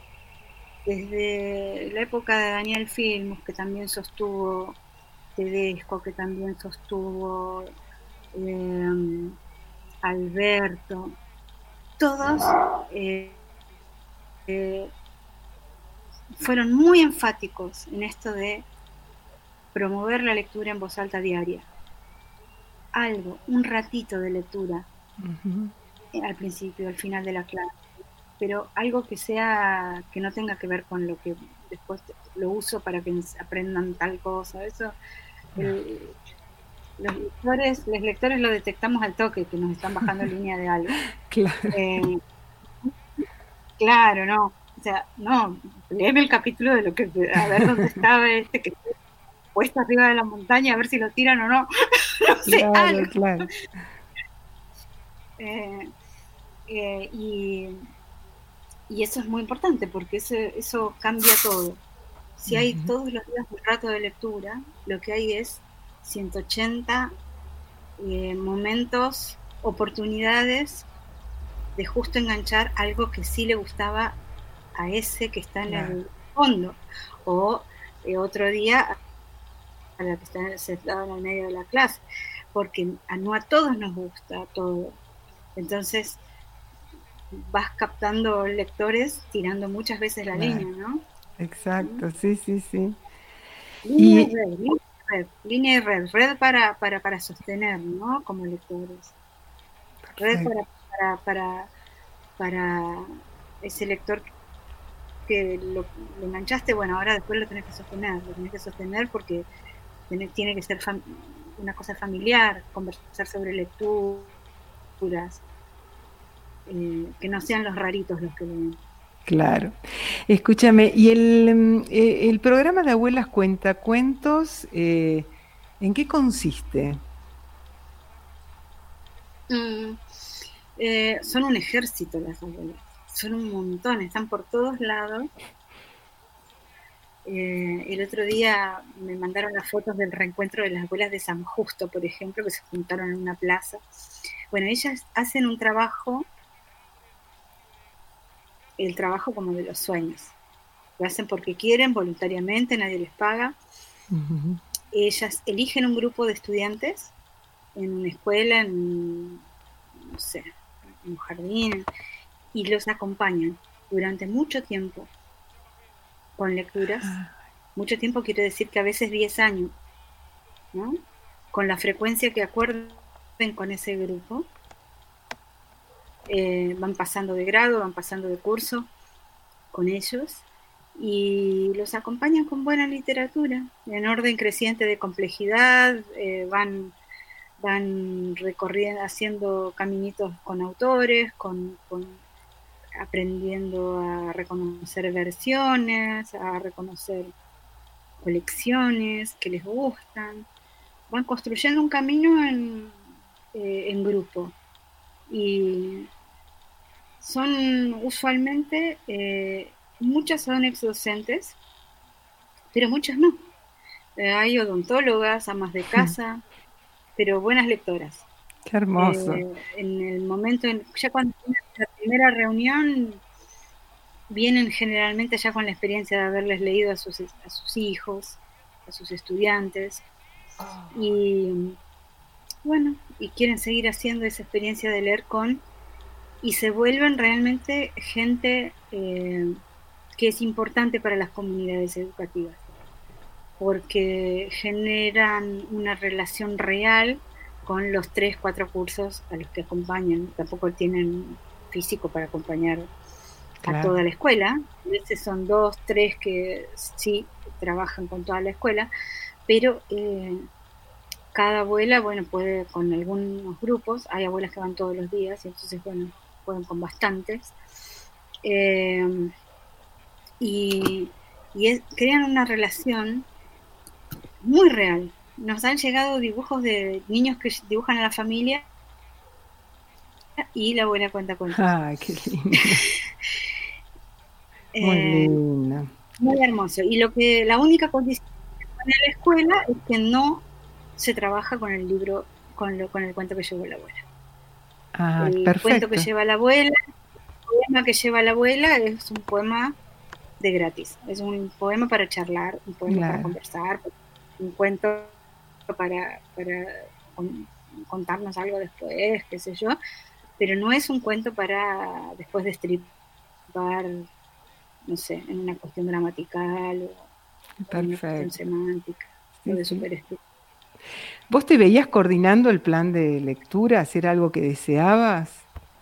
Speaker 6: desde la época de Daniel Filmus, que también sostuvo Tedesco, que también sostuvo eh, Alberto, todos eh, eh, fueron muy enfáticos en esto de promover la lectura en voz alta diaria. Algo, un ratito de lectura
Speaker 2: Ujú.
Speaker 6: eh, al principio, al final de la clase, pero algo que sea, que no tenga que ver con lo que después lo uso para que aprendan tal cosa. Eso, el, los lectores, los lectores lo detectamos al toque, que nos están bajando línea de algo.
Speaker 2: Claro.
Speaker 6: Eh, claro, no. O sea, no, léeme el capítulo de lo que, a ver dónde estaba este que está puesto arriba de la montaña, a ver si lo tiran o no. No sé,
Speaker 2: Claro,
Speaker 6: algo.
Speaker 2: claro.
Speaker 6: Eh, eh, y, y eso es muy importante porque eso, eso cambia todo. Si hay
Speaker 2: Ujú.
Speaker 6: todos los días un rato de lectura, lo que hay es ciento ochenta eh, momentos, oportunidades de justo enganchar algo que sí le gustaba a ese que está en
Speaker 2: Claro.
Speaker 6: el fondo, o eh, otro día a la que está sentada en el medio de la clase, porque a, no a todos nos gusta todo. Entonces vas captando lectores tirando muchas veces la
Speaker 2: Claro.
Speaker 6: línea, ¿no?
Speaker 2: Exacto, sí, sí, sí.
Speaker 6: Línea y
Speaker 2: Y
Speaker 6: red, línea y red, línea y red, red para, para, para sostener, ¿no? Como lectores. Red
Speaker 2: perfecto.
Speaker 6: para, para, para, para ese lector que lo, lo enganchaste, bueno, ahora después lo tenés que sostener, lo tenés que sostener porque tiene, tiene que ser fam- una cosa familiar, conversar sobre lecturas, eh, que no sean los raritos los que leen.
Speaker 2: Claro. Escúchame, ¿y el, mm, eh, el programa de Abuelas Cuentacuentos, eh, en qué consiste?
Speaker 6: Mm, eh, son un ejército las abuelas, son un montón, están por todos lados. Eh, el otro día me mandaron las fotos del reencuentro de las abuelas de San Justo, por ejemplo, que se juntaron en una plaza. Bueno, ellas hacen un trabajo, el trabajo como de los sueños. Lo hacen porque quieren, voluntariamente, nadie les paga.
Speaker 2: Ujú.
Speaker 6: Ellas eligen un grupo de estudiantes en una escuela, en, no sé, en un jardín, y los acompañan durante mucho tiempo con lecturas. Mucho tiempo quiere decir que a veces diez años, ¿no? Con la frecuencia que acuerden con ese grupo. Eh, van pasando de grado, van pasando de curso con ellos y los acompañan con buena literatura, en orden creciente de complejidad, eh, van, van recorriendo, haciendo caminitos con autores, con, con aprendiendo a reconocer versiones, a reconocer colecciones que les gustan, van construyendo un camino en, eh, en grupo y son usualmente, eh, muchas son ex docentes, pero muchas no. Eh, hay odontólogas, amas de casa, pero buenas lectoras.
Speaker 2: Qué hermoso.
Speaker 6: Eh, en el momento, en, ya cuando tienen la primera reunión, vienen generalmente ya con la experiencia de haberles leído a sus, a sus hijos, a sus estudiantes, y bueno, y quieren seguir haciendo esa experiencia de leer con, y se vuelven realmente gente eh, que es importante para las comunidades educativas, porque generan una relación real con los tres, cuatro cursos a los que acompañan. Tampoco tienen físico para acompañar
Speaker 2: Claro.
Speaker 6: a toda la escuela. A veces son dos, tres que sí trabajan con toda la escuela, pero eh, cada abuela, bueno, puede con algunos grupos. Hay abuelas que van todos los días y entonces, bueno, pueden con bastantes. Eh, y y es- crean una relación muy real. Nos han llegado dibujos de niños que dibujan a la familia y la abuela cuenta cuentos.
Speaker 2: Ay, qué lindo. Muy
Speaker 6: Eh,
Speaker 2: lindo.
Speaker 6: muy hermoso. Y lo que la única condición que pone la escuela es que no se trabaja con el libro, con, lo, con el cuento que llevó la abuela.
Speaker 2: Ah,
Speaker 6: El cuento
Speaker 2: perfecto.
Speaker 6: que lleva la abuela, el poema que lleva la abuela es un poema de gratis. Es un poema para charlar, un poema para
Speaker 2: Claro.
Speaker 6: conversar, un cuento para, para con- contarnos algo después, qué sé yo. Pero no es un cuento para después destripar, no sé, en una cuestión gramatical o, o en una cuestión
Speaker 2: Perfecto.
Speaker 6: semántica o
Speaker 2: Sí,
Speaker 6: de
Speaker 2: sí.
Speaker 6: superestructura.
Speaker 2: ¿Vos te veías coordinando el plan de lectura? ¿Hacer algo que deseabas?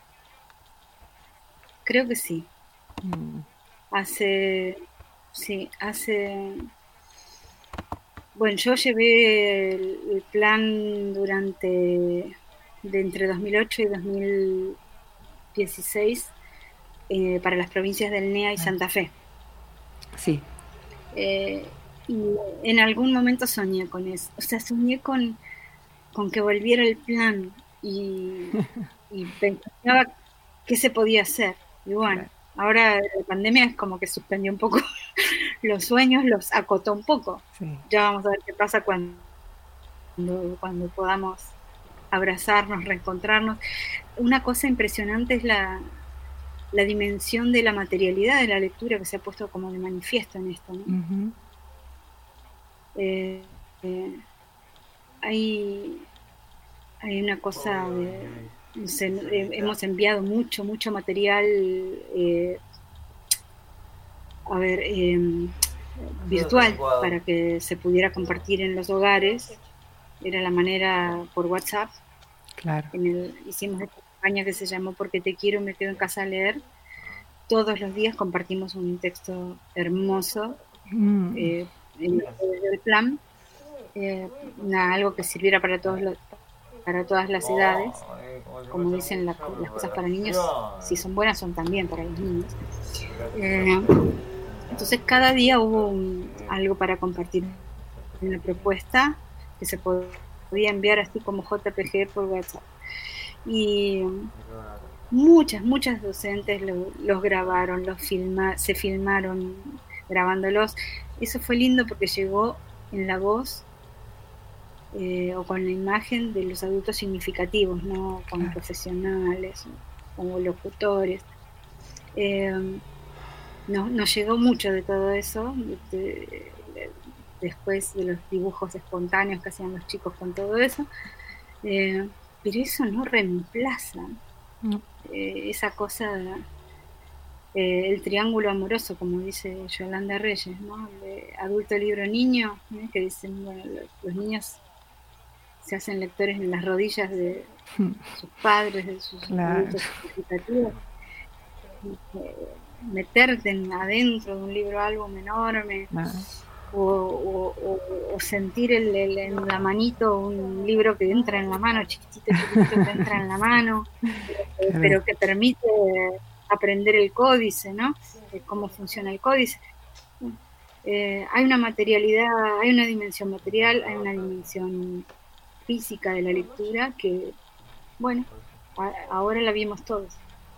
Speaker 6: Creo que sí.
Speaker 2: Mm,
Speaker 6: Hace, sí, hace, bueno, yo llevé el, el plan durante, de entre dos mil ocho y dos mil dieciséis eh, para las provincias del N E A y Santa Fe.
Speaker 2: Sí,
Speaker 6: Eh, y en algún momento soñé con eso, o sea, soñé con, con que volviera el plan y, y pensaba qué se podía hacer. Y bueno,
Speaker 2: claro.
Speaker 6: ahora la pandemia es como que suspendió un poco los sueños, los acotó un poco.
Speaker 2: Sí.
Speaker 6: Ya vamos a ver qué pasa cuando, cuando podamos abrazarnos, reencontrarnos. Una cosa impresionante es la, la dimensión de la materialidad de la lectura que se ha puesto como de manifiesto en esto, ¿no?
Speaker 2: Ujú.
Speaker 6: Eh, eh, hay, hay una cosa de, no sé, eh, hemos enviado mucho, mucho material, eh, a ver, eh, virtual para que se pudiera compartir en los hogares. Era la manera por WhatsApp.
Speaker 2: Claro.
Speaker 6: En el, hicimos esta campaña que se llamó Porque te quiero, me quedo en casa a leer. Todos los días compartimos un texto hermoso
Speaker 2: Mm,
Speaker 6: eh, en el plan, eh, una- algo que sirviera para todos los, para todas las edades. Como dicen la- las cosas para niños, si son buenas son también para los niños. Eh, entonces cada día hubo un- algo para compartir, una propuesta que se podía enviar así como J P G por WhatsApp. Y muchas, muchas docentes lo- los grabaron, los filma, se filmaron grabándolos. Eso fue lindo porque llegó en la voz eh, o con la imagen de los adultos significativos, no con
Speaker 2: Claro.
Speaker 6: profesionales o como locutores. Eh, no- nos llegó mucho de todo eso, de- de- después de los dibujos espontáneos que hacían los chicos con todo eso. Eh, pero eso no reemplaza
Speaker 2: no.
Speaker 6: eh, esa cosa, eh, el triángulo amoroso, como dice Yolanda Reyes, ¿no? De adulto, libro, niño, ¿eh? Que dicen, bueno, los, los niños se hacen lectores en las rodillas de sus padres, de sus
Speaker 2: Claro.
Speaker 6: adultos significativos. Y, eh, meterte en- adentro de un libro álbum enorme,
Speaker 2: Ah,
Speaker 6: o, o- o- o sentir el, el- en la manito un libro que entra en la mano, chiquitito, chiquitito, que entra en la mano, eh, pero que permite aprender el códice, ¿no? Eh, cómo funciona el códice. Eh, hay una materialidad, hay una dimensión material, hay una dimensión física de la lectura que, bueno, a- ahora la vimos todos.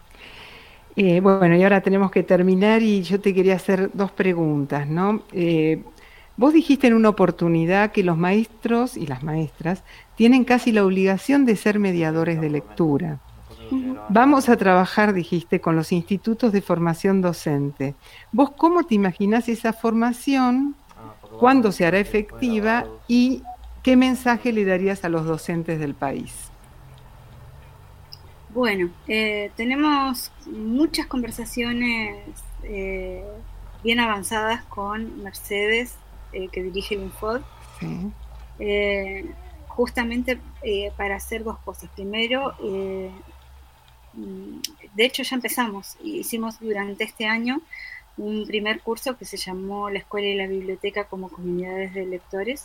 Speaker 2: Eh, bueno, y ahora tenemos que terminar y yo te quería hacer dos preguntas, ¿no? Eh, vos dijiste en una oportunidad que los maestros y las maestras tienen casi la obligación de ser mediadores de lectura. Vamos a trabajar, dijiste, con los institutos de formación docente. ¿Vos cómo te imaginás esa formación? ¿Cuándo se hará efectiva? ¿Y qué mensaje le darías a los docentes del país?
Speaker 6: Bueno, eh, tenemos muchas conversaciones eh, bien avanzadas con Mercedes, eh, que dirige el Infod,
Speaker 2: Sí.
Speaker 6: eh, justamente eh, para hacer dos cosas. Primero, eh, de hecho ya empezamos, hicimos durante este año un primer curso que se llamó La Escuela y la Biblioteca como Comunidades de Lectores,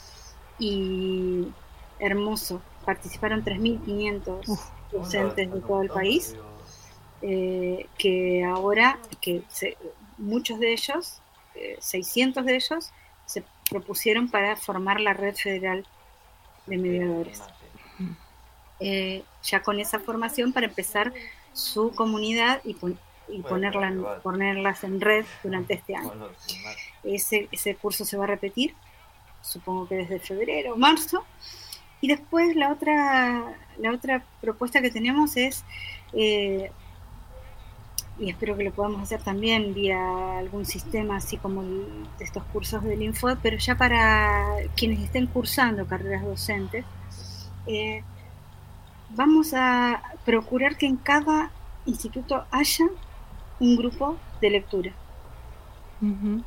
Speaker 6: y hermoso, participaron tres mil quinientos docentes de todo el país, eh, que ahora, que se, muchos de ellos, eh, seiscientos de ellos, se propusieron para formar la Red Federal de Mediadores. Eh, ya con esa formación para empezar su comunidad y, pon, y ponerla en, ponerlas en red durante este año. Ese, ese curso se va a repetir, supongo que desde febrero o marzo. Y después la otra, la otra propuesta que tenemos es, eh, y espero que lo podamos hacer también vía algún sistema así como el, de estos cursos del Info, pero ya para quienes estén cursando carreras docentes, eh, vamos a procurar que en cada instituto haya un grupo de lectura.
Speaker 2: Uh-huh.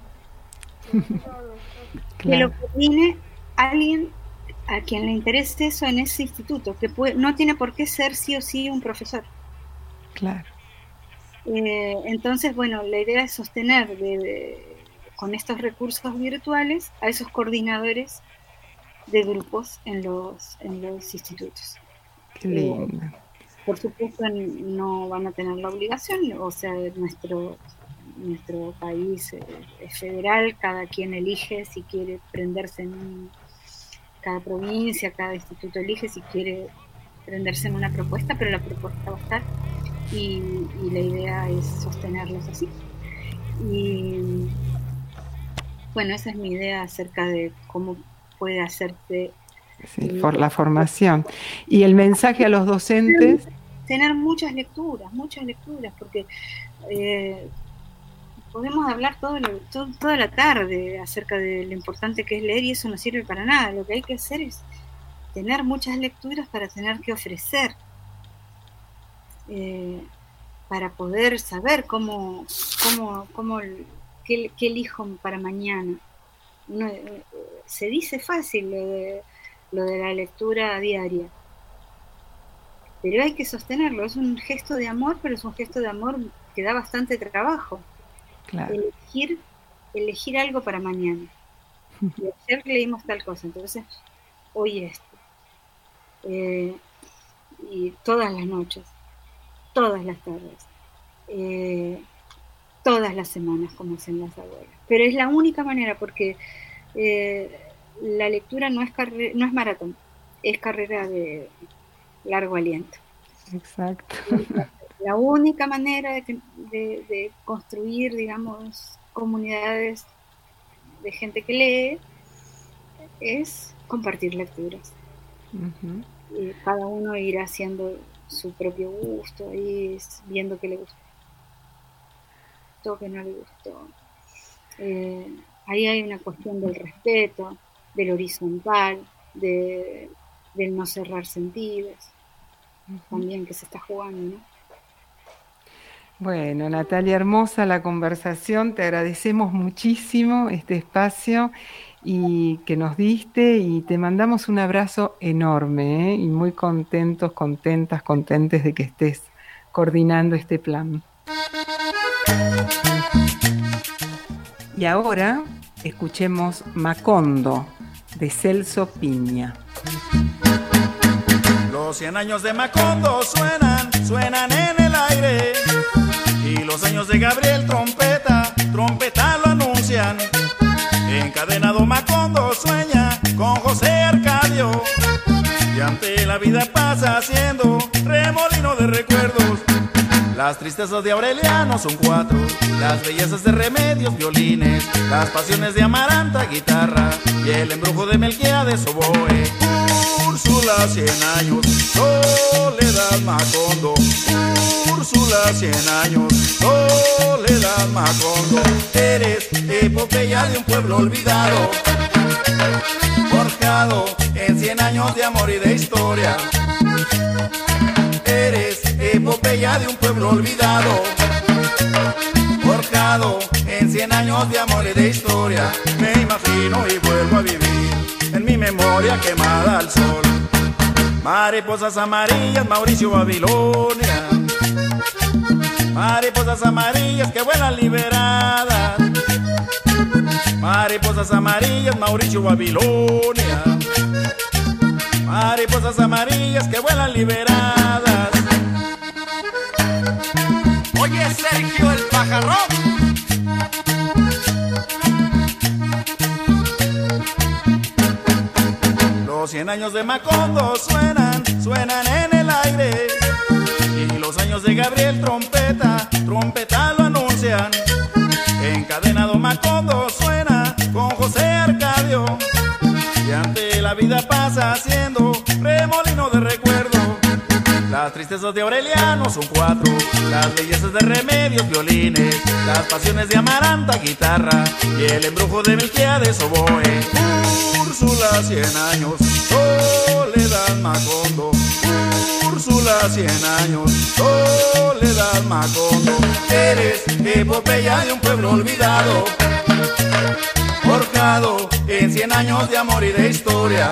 Speaker 6: Que claro. Lo coordine alguien a quien le interese eso en ese instituto, que puede, no tiene por qué ser sí o sí un profesor.
Speaker 2: Claro.
Speaker 6: Eh, entonces, bueno, la idea es sostener de, de, con estos recursos virtuales a esos coordinadores de grupos en los, en los institutos.
Speaker 2: Qué lindo.
Speaker 6: Eh, por supuesto no van a tener la obligación, o sea, nuestro, nuestro país es federal, cada quien elige si quiere prenderse en un, cada provincia, cada instituto elige si quiere prenderse en una propuesta, pero la propuesta va a estar y, y la idea es sostenerlos así. Y bueno, esa es mi idea acerca de cómo puede hacerse.
Speaker 2: Sí, por la formación. Y el mensaje a los docentes.
Speaker 6: Tener muchas lecturas, muchas lecturas, porque eh, podemos hablar todo lo, todo, toda la tarde acerca de lo importante que es leer y eso no sirve para nada. Lo que hay que hacer es tener muchas lecturas para tener que ofrecer, eh, para poder saber cómo, cómo, cómo qué, qué elijo para mañana. Uno, eh, se dice fácil lo de lo de la lectura diaria, pero hay que sostenerlo. Es un gesto de amor, pero es un gesto de amor que da bastante trabajo.
Speaker 2: Claro.
Speaker 6: Elegir, elegir algo para mañana. Y ayer leímos tal cosa, entonces hoy esto. Eh, y todas las noches, todas las tardes, eh, todas las semanas, como hacen las abuelas. Pero es la única manera, porque eh, la lectura no es carre- no es maratón, es carrera de largo aliento.
Speaker 2: Exacto.
Speaker 6: La única manera de, de, de construir, digamos, comunidades de gente que lee es compartir lecturas.
Speaker 2: Uh-huh.
Speaker 6: Y cada uno irá haciendo su propio gusto, ahí viendo qué le gustó, qué no le gustó. Eh, ahí hay una cuestión del respeto, del horizontal, de, del no cerrar sentidos, uh-huh. También que se está jugando, ¿no?
Speaker 2: Bueno, Natalia, hermosa la conversación, te agradecemos muchísimo este espacio y que nos diste y te mandamos un abrazo enorme, ¿eh? Y muy contentos, contentas, contentes de que estés coordinando este plan. Y ahora escuchemos Macondo, de Celso Piña.
Speaker 9: Los cien años de Macondo suenan, suenan en el aire. Y los años de Gabriel Trompeta, trompeta lo anuncian. Encadenado Macondo sueña con José Arcadio. Y ante la vida pasa haciendo remolino de recuerdos. Las tristezas de Aureliano son cuatro, las bellezas de Remedios, violines, las pasiones de Amaranta, guitarra, y el embrujo de Melquiades, oboe. Úrsula, cien años, Soledad Macondo. Úrsula, cien años, Soledad Macondo. Eres epopeya de un pueblo olvidado, forjado en cien años de amor y de historia. Eres epopeya de un pueblo olvidado, forjado en cien años de amor y de historia. Me imagino y vuelvo a vivir en mi mi memoria quemada al sol. Mariposas amarillas, Mauricio Babilonia. Mariposas amarillas que vuelan liberadas. Mariposas amarillas, Mauricio Babilonia. Mariposas amarillas que vuelan liberadas. Oye, Sergio el pajarón. Los cien años de Macondo suenan, suenan en el aire. Y los años de Gabriel trompeta, trompeta lo anuncian. Encadenado Macondo suena con José Arcadio. Y ante la vida pasa haciendo remolino de recuerdo. Las tristezas de Aureliano son cuatro, las bellezas de Remedios, violines, las pasiones de Amaranta, guitarra, y el embrujo de Melquiades, oboe. Úrsula, cien años, Soledad Macondo. Úrsula, cien años, Soledad Macondo. Eres epopeya de un pueblo olvidado, forjado en cien años de amor y de historia.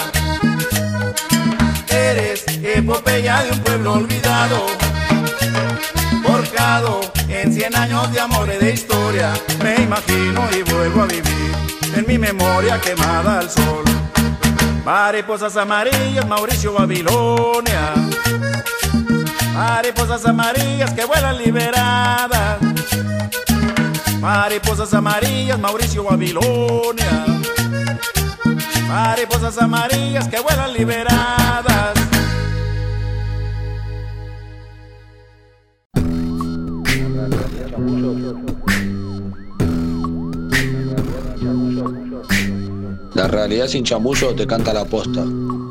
Speaker 9: Eres epopeya de un pueblo olvidado, forjado en cien años de amor y de historia. Me imagino y vuelvo a vivir en mi memoria quemada al sol. Mariposas amarillas, Mauricio Babilonia. Mariposas amarillas que vuelan liberadas. Mariposas amarillas, Mauricio Babilonia. Mariposas amarillas que vuelan liberadas.
Speaker 10: La realidad sin chamullo te canta la posta.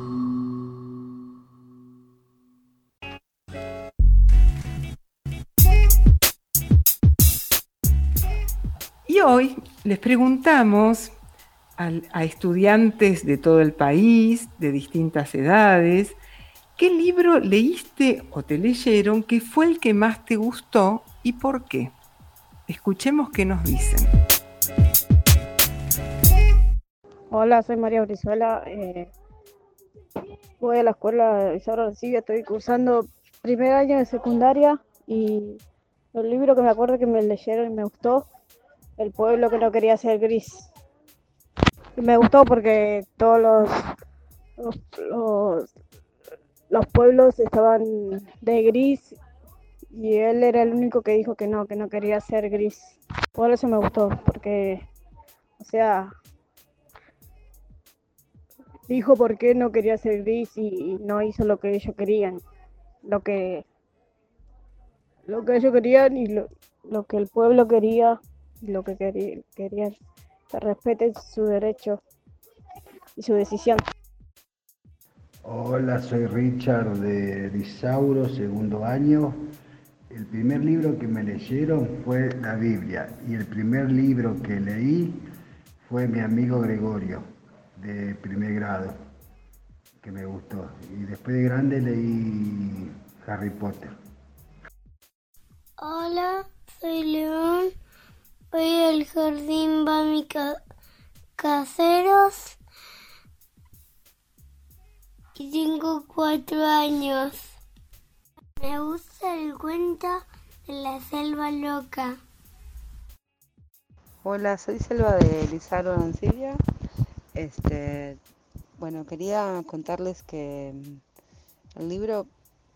Speaker 2: Y hoy les preguntamos a, a estudiantes de todo el país, de distintas edades, ¿qué libro leíste o te leyeron que fue el que más te gustó y por qué? Escuchemos qué nos dicen.
Speaker 11: Hola, soy María Brizuela. Eh, voy a la escuela de Isauro Arancibia, estoy cursando primer año de secundaria y el libro que me acuerdo que me leyeron y me gustó, El pueblo que no quería ser gris. Y me gustó porque todos los, los, los, los pueblos estaban de gris y él era el único que dijo que no, que no quería ser gris. Por eso me gustó, porque, o sea, dijo por qué no quería ser gris y, y no hizo lo que ellos querían, lo que, lo que ellos querían y lo, lo que el pueblo quería, y lo que quería, querían, que respeten su derecho y su decisión.
Speaker 12: Hola, soy Richard de Risauro, segundo año. El primer libro que me leyeron fue la Biblia y el primer libro que leí fue Mi amigo Gregorio, de primer grado, que me gustó. Y después de grande leí Harry Potter.
Speaker 8: Hola, soy León. Voy al jardín Bami Caseros y tengo cuatro años. Me gusta el cuento de la selva loca.
Speaker 13: Hola, soy Selva de Lizardo Arancibia. Este, bueno, quería contarles que el libro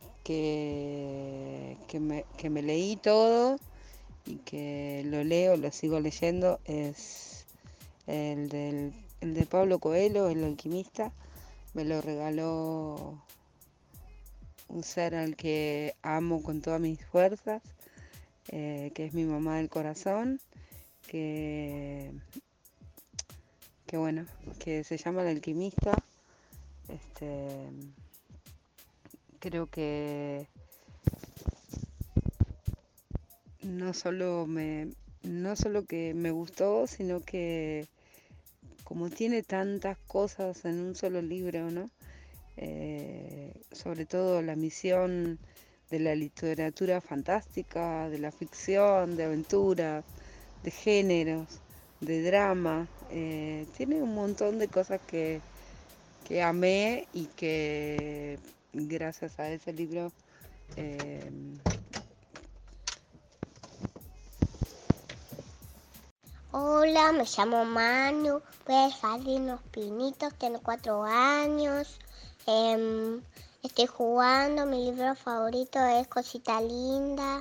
Speaker 13: que, que, me, que me leí todo y que lo leo, lo sigo leyendo, es el, del, el de Pablo Coelho, El alquimista. Me lo regaló un ser al que amo con todas mis fuerzas, eh, que es mi mamá del corazón, que... que bueno, que se llama El alquimista. Este, creo que no solo me no solo que me gustó, sino que como tiene tantas cosas en un solo libro, ¿no? Eh, sobre todo la misión de la literatura fantástica, de la ficción, de aventura, de géneros, de drama. Eh, tiene un montón de cosas que, que amé y que gracias a ese libro eh,
Speaker 8: Hola, me llamo Manu, voy al Jardín Los Pinitos, tengo cuatro años, eh, estoy jugando, mi libro favorito es Cosita Linda.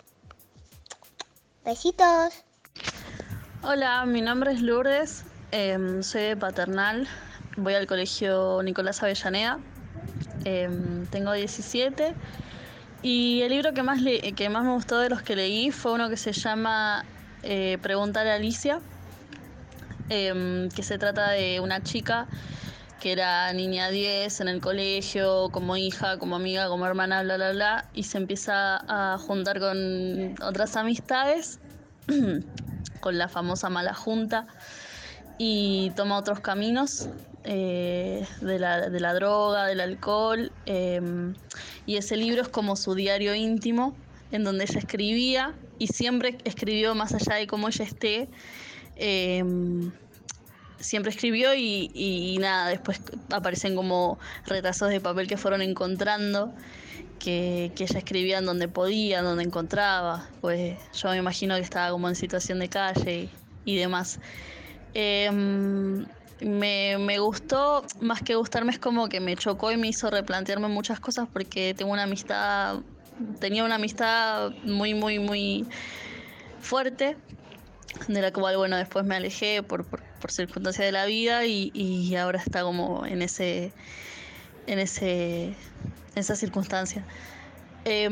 Speaker 8: Besitos.
Speaker 14: Hola, mi nombre es Lourdes, eh, soy de Paternal, voy al colegio Nicolás Avellaneda, eh, tengo diecisiete y el libro que más, le, que más me gustó de los que leí fue uno que se llama eh, Preguntar a Alicia, eh, que se trata de una chica que era niña diez en el colegio, como hija, como amiga, como hermana, bla, bla, bla, y se empieza a juntar con otras amistades, con la famosa mala junta, y toma otros caminos eh, de, la, de la droga, del alcohol, eh, y ese libro es como su diario íntimo, en donde ella escribía, y siempre escribió más allá de cómo ella esté, eh, siempre escribió y, y, y nada, después aparecen como retazos de papel que fueron encontrando, que, que ella escribía en donde podía, en donde encontraba, pues yo me imagino que estaba como en situación de calle y, y demás. Eh, me, me gustó, más que gustarme es como que me chocó y me hizo replantearme muchas cosas porque tengo una amistad, tenía una amistad muy, muy, muy fuerte, de la cual, bueno, después me alejé por, por, por circunstancias de la vida y, y ahora está como en ese, en ese, en esa circunstancia. Eh,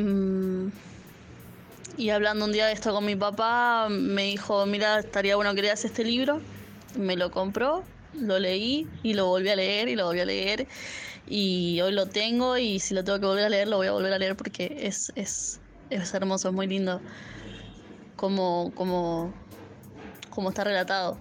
Speaker 14: y hablando un día de esto con mi papá, me dijo, mira, estaría bueno que leas este libro. Me lo compró, lo leí y lo volví a leer y lo volví a leer y hoy lo tengo y si lo tengo que volver a leer, lo voy a volver a leer porque es, es, es hermoso, es muy lindo como, como, como está relatado.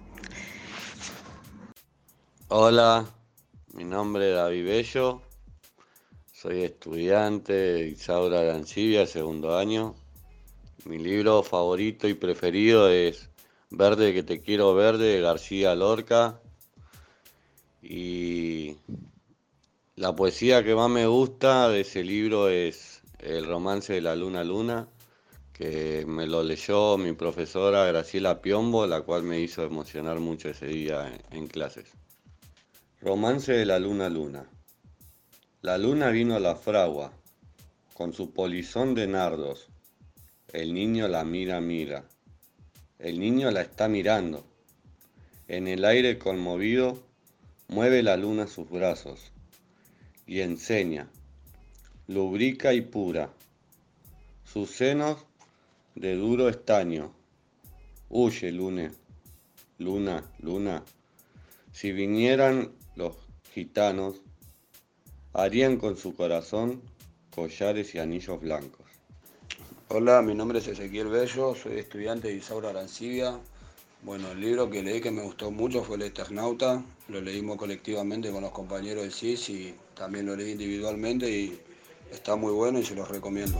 Speaker 15: Hola, mi nombre es David Bello, soy estudiante de Isaura Arancibia, segundo año. Mi libro favorito y preferido es Verde que te quiero verde, de García Lorca. Y la poesía que más me gusta de ese libro es El romance de la luna luna, que me lo leyó mi profesora Graciela Piombo, la cual me hizo emocionar mucho ese día en, en clases. Romance de la luna luna. La luna vino a la fragua, con su polizón de nardos. El niño la mira, mira. El niño la está mirando. En el aire conmovido, mueve la luna sus brazos y enseña, lubrica y pura, sus senos de duro estaño. Huye, luna, luna, luna. Si vinieran los gitanos, harían con su corazón collares y anillos blancos.
Speaker 10: Hola, mi nombre es Ezequiel Bello, soy estudiante de Isaura Arancibia. Bueno, el libro que leí que me gustó mucho fue El Eternauta. Lo leímos colectivamente con los compañeros del C I S y también lo leí individualmente y está muy bueno y se los recomiendo.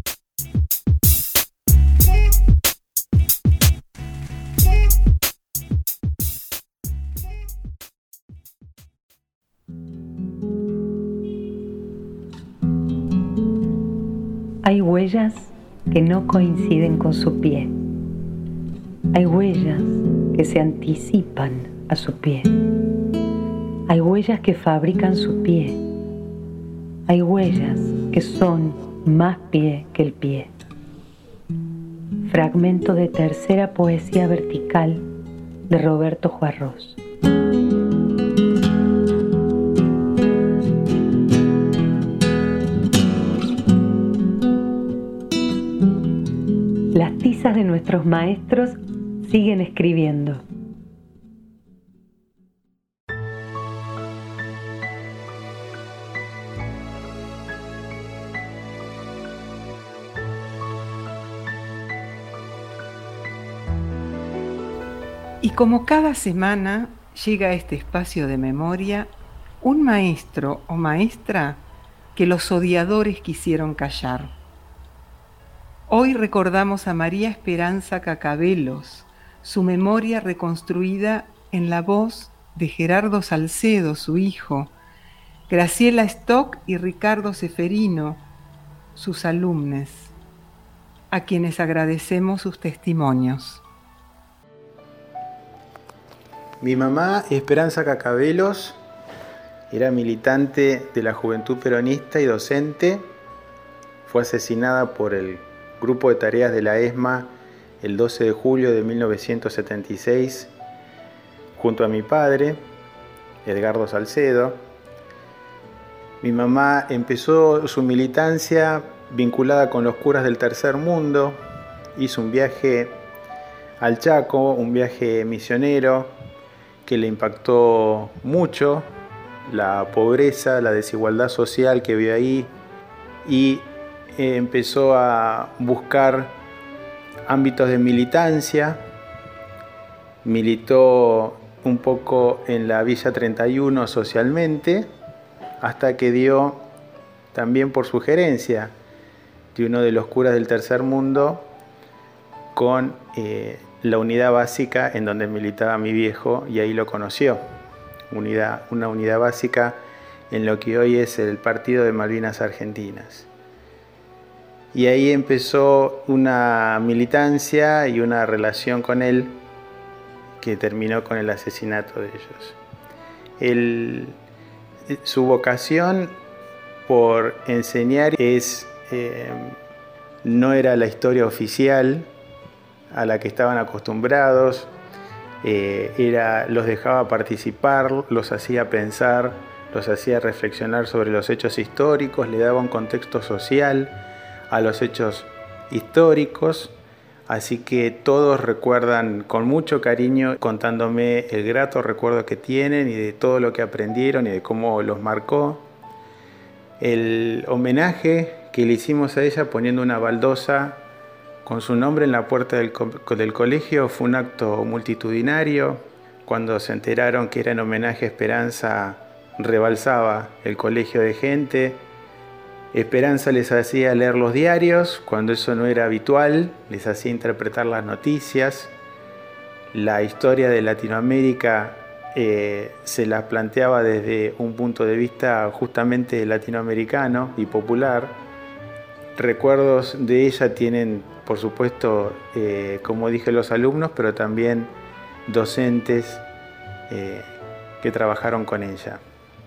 Speaker 16: Hay huellas que no coinciden con su pie. Hay huellas que se anticipan a su pie. Hay huellas que fabrican su pie. Hay huellas que son más pie que el pie. Fragmento de tercera poesía vertical de Roberto Juarros. Las tizas de nuestros maestros siguen escribiendo.
Speaker 2: Y como cada semana llega a este espacio de memoria un maestro o maestra que los odiadores quisieron callar. Hoy recordamos a María Esperanza Cacabelos, su memoria reconstruida en la voz de Gerardo Salcedo, su hijo, Graciela Stock y Ricardo Seferino, sus alumnos, a quienes agradecemos sus testimonios.
Speaker 17: Mi mamá, Esperanza Cacabelos, era militante de la Juventud Peronista y docente. Fue asesinada por el Grupo de Tareas de la ESMA el doce de julio de mil novecientos setenta y seis, junto a mi padre, Edgardo Salcedo. Mi mamá empezó su militancia vinculada con los curas del Tercer Mundo, hizo un viaje al Chaco, un viaje misionero que le impactó mucho, la pobreza, la desigualdad social que vio ahí, y eh, empezó a buscar ámbitos de militancia. Militó un poco en la Villa treinta y uno socialmente, hasta que dio, también por sugerencia de uno de los curas del Tercer Mundo, con eh, la unidad básica en donde militaba mi viejo, y ahí lo conoció. Unidad, una unidad básica en lo que hoy es el Partido de Malvinas Argentinas. Y ahí empezó una militancia y una relación con él que terminó con el asesinato de ellos. Él, su vocación por enseñar es, eh, no era la historia oficial a la que estaban acostumbrados, eh, era, los dejaba participar, los hacía pensar, los hacía reflexionar sobre los hechos históricos, le daba un contexto social a los hechos históricos. Así que todos recuerdan con mucho cariño, contándome el grato recuerdo que tienen y de todo lo que aprendieron y de cómo los marcó. El homenaje que le hicimos a ella poniendo una baldosa con su nombre en la puerta del, co- del colegio fue un acto multitudinario. Cuando se enteraron que era en homenaje a Esperanza, rebalsaba el colegio de gente. Esperanza les hacía leer los diarios, cuando eso no era habitual, les hacía interpretar las noticias. La historia de Latinoamérica eh, se las planteaba desde un punto de vista justamente latinoamericano y popular. Recuerdos de ella tienen, por supuesto, eh, como dije, los alumnos, pero también docentes eh, que trabajaron con ella.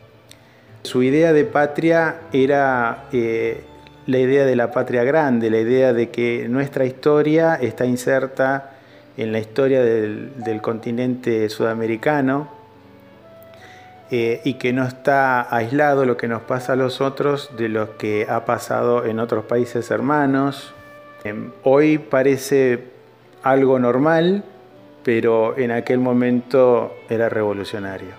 Speaker 17: Su idea de patria era eh, la idea de la patria grande, la idea de que nuestra historia está inserta en la historia del, del continente sudamericano eh, y que no está aislado lo que nos pasa a los otros de lo que ha pasado en otros países hermanos. Eh, hoy parece algo normal, pero en aquel momento era revolucionario.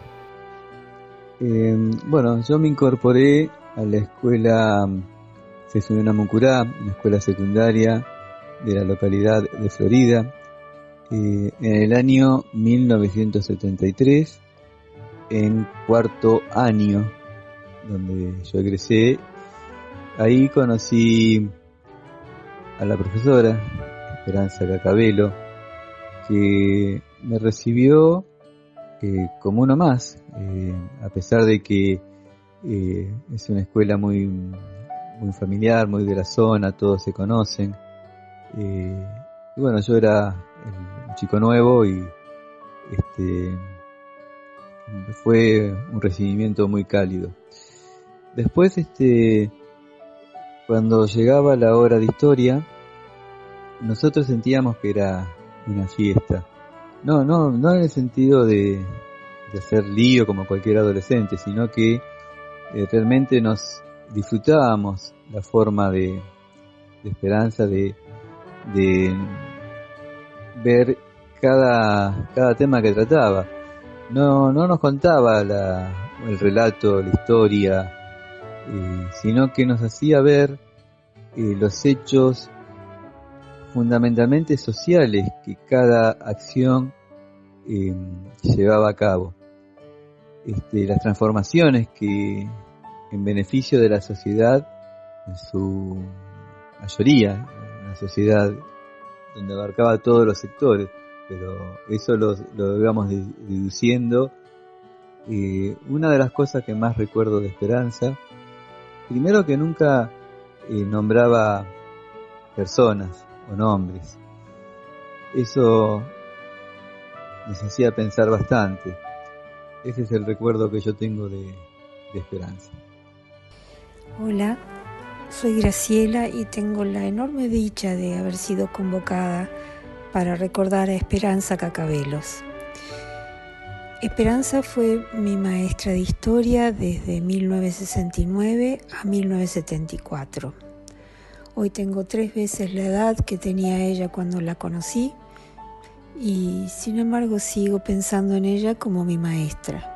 Speaker 18: Eh, bueno, yo me incorporé a la escuela Jesús Mucurá, una escuela secundaria de la localidad de Florida, eh, en el año mil novecientos setenta y tres, en cuarto año, donde yo egresé. Ahí conocí a la profesora Esperanza Cacabelo, que me recibió Eh, como uno más, eh, a pesar de que eh, es una escuela muy, muy familiar, muy de la zona, todos se conocen. Eh, y bueno, yo era un chico nuevo y este, fue un recibimiento muy cálido. Después, este, cuando llegaba la hora de historia, nosotros sentíamos que era una fiesta. No, no, no en el sentido de, de hacer lío como cualquier adolescente, sino que eh, realmente nos disfrutábamos la forma de, de Esperanza, de, de ver cada, cada tema que trataba. No, no nos contaba la, el relato, la historia, eh, sino que nos hacía ver eh, los hechos fundamentalmente sociales que cada acción eh, llevaba a cabo, este, las transformaciones que en beneficio de la sociedad, en su mayoría, una sociedad donde abarcaba todos los sectores, pero eso lo, lo íbamos deduciendo. Eh, una de las cosas que más recuerdo de Esperanza, primero que nunca eh, nombraba personas o nombres. Eso nos hacía pensar bastante. Ese es el recuerdo que yo tengo de, de Esperanza.
Speaker 19: Hola, soy Graciela y tengo la enorme dicha de haber sido convocada para recordar a Esperanza Cacabelos. Esperanza fue mi maestra de historia desde mil novecientos sesenta y nueve a mil novecientos setenta y cuatro. Hoy tengo tres veces la edad que tenía ella cuando la conocí y sin embargo sigo pensando en ella como mi maestra.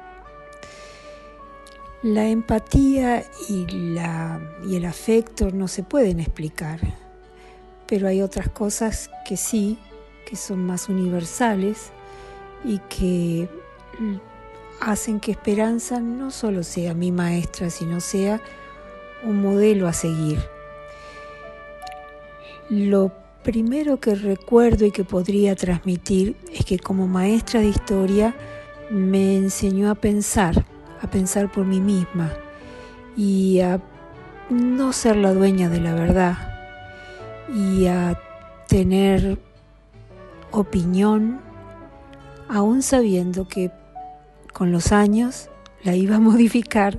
Speaker 19: La empatía y, la, y el afecto no se pueden explicar, pero hay otras cosas que sí, que son más universales y que hacen que Esperanza no solo sea mi maestra, sino sea un modelo a seguir. Lo primero que recuerdo y que podría transmitir es que como maestra de historia me enseñó a pensar, a pensar por mí misma y a no ser la dueña de la verdad y a tener opinión, aún sabiendo que con los años la iba a modificar.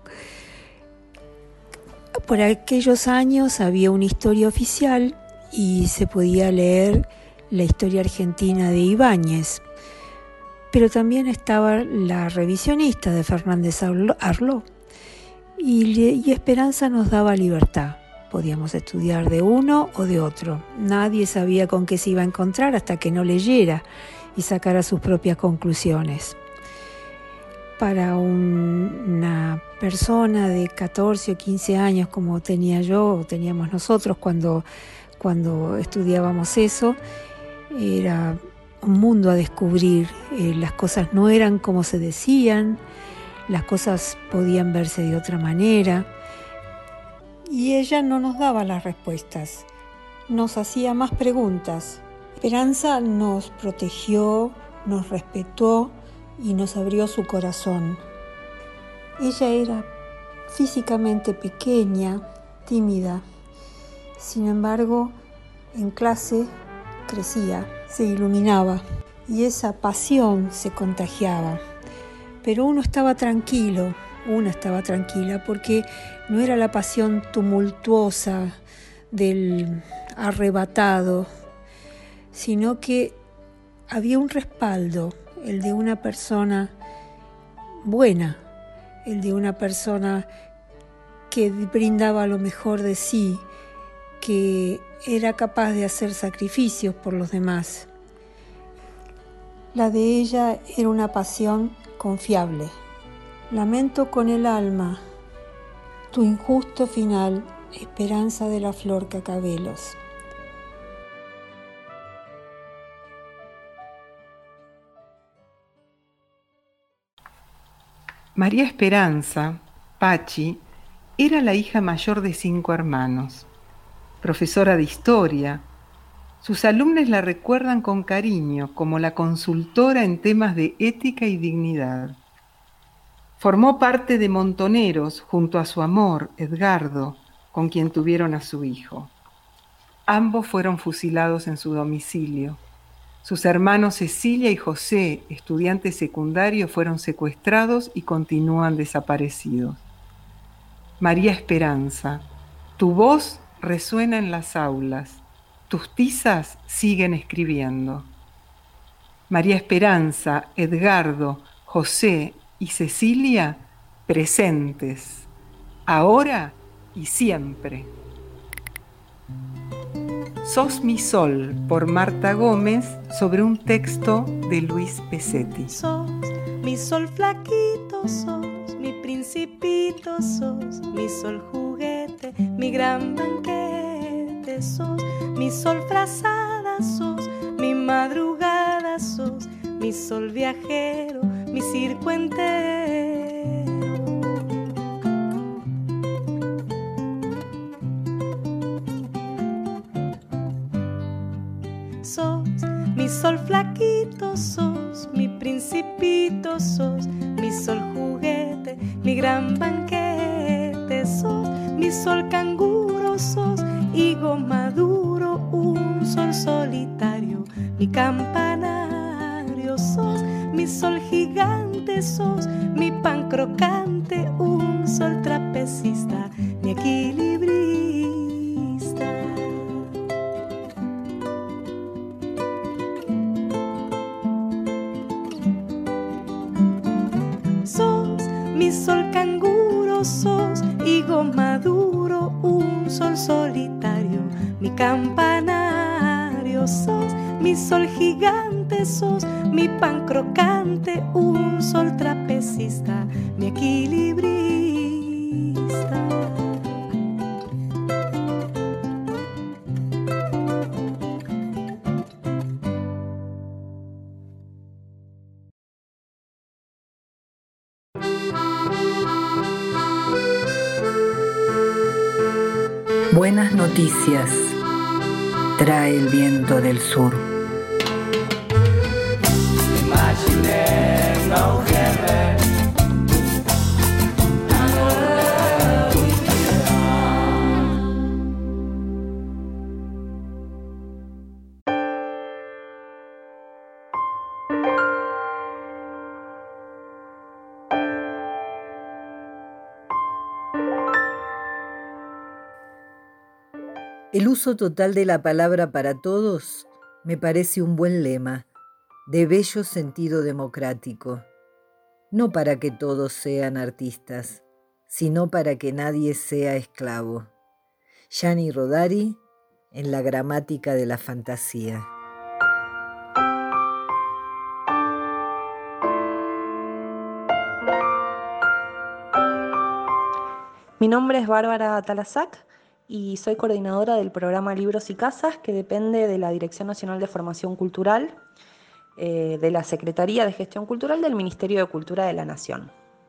Speaker 19: Por aquellos años había una historia oficial y se podía leer la historia argentina de Ibáñez, pero también estaba la revisionista de Fernández Arló y, y Esperanza nos daba libertad. Podíamos estudiar de uno o de otro. Nadie sabía con qué se iba a encontrar hasta que no leyera y sacara sus propias conclusiones. Para un, una persona de catorce o quince años como tenía yo o teníamos nosotros cuando, cuando estudiábamos eso, era un mundo a descubrir. Eh, las cosas no eran como se decían, las cosas podían verse de otra manera. Y ella no nos daba las respuestas, nos hacía más preguntas. Esperanza nos protegió, nos respetó y nos abrió su corazón. Ella era físicamente pequeña, tímida. Sin embargo, en clase crecía, se iluminaba y esa pasión se contagiaba. Pero uno estaba tranquilo, una estaba tranquila porque no era la pasión tumultuosa del arrebatado, sino que había un respaldo, el de una persona buena, el de una persona que brindaba lo mejor de sí, que era capaz de hacer sacrificios por los demás. La de ella era una pasión confiable. Lamento con el alma tu injusto final, Esperanza de la Flor Cacabelos.
Speaker 2: María Esperanza, Pachi, era la hija mayor de cinco hermanos. Profesora de historia, sus alumnos la recuerdan con cariño como la consultora en temas de ética y dignidad. Formó parte de Montoneros junto a su amor, Edgardo, con quien tuvieron a su hijo. Ambos fueron fusilados en su domicilio. Sus hermanos Cecilia y José, estudiantes secundarios, fueron secuestrados y continúan desaparecidos. María Esperanza, tu voz resuena en las aulas, tus tizas siguen escribiendo. María Esperanza, Edgardo, José y Cecilia, presentes, ahora y siempre. Sos mi sol, por Marta Gómez, sobre un texto de Luis Pesetti.
Speaker 20: Sos mi sol flaquito, sos mi principito, sos mi sol juguete, mi gran banquete, sos mi sol frazada, sos mi madrugada, sos mi sol viajero, mi circo entero. Sos mi sol flaquito sos, mi principito sos, mi sol juguete, mi gran banquete sos, mi sol canguro sos, higo maduro, un sol solitario, mi campanario sos, mi sol gigante sos, mi pan crocante, un sol trapecista, mi equilibrista. Sos mi sol canguro, sos higo maduro, un sol solitario, mi campanario sos, mi sol gigante sos, mi pan crocante, un sol trapecista, mi equilibrista.
Speaker 16: Buenas noticias trae el viento del sur. El uso total de la palabra para todos me parece un buen lema, de bello sentido democrático. No para que todos sean artistas, sino para que nadie sea esclavo. Gianni Rodari, en la gramática de la fantasía.
Speaker 21: Mi nombre es Bárbara Talasac y soy coordinadora del programa Libros y Casas, que depende de la Dirección Nacional de Formación Cultural, eh, de la Secretaría de Gestión Cultural del Ministerio de Cultura de la Nación.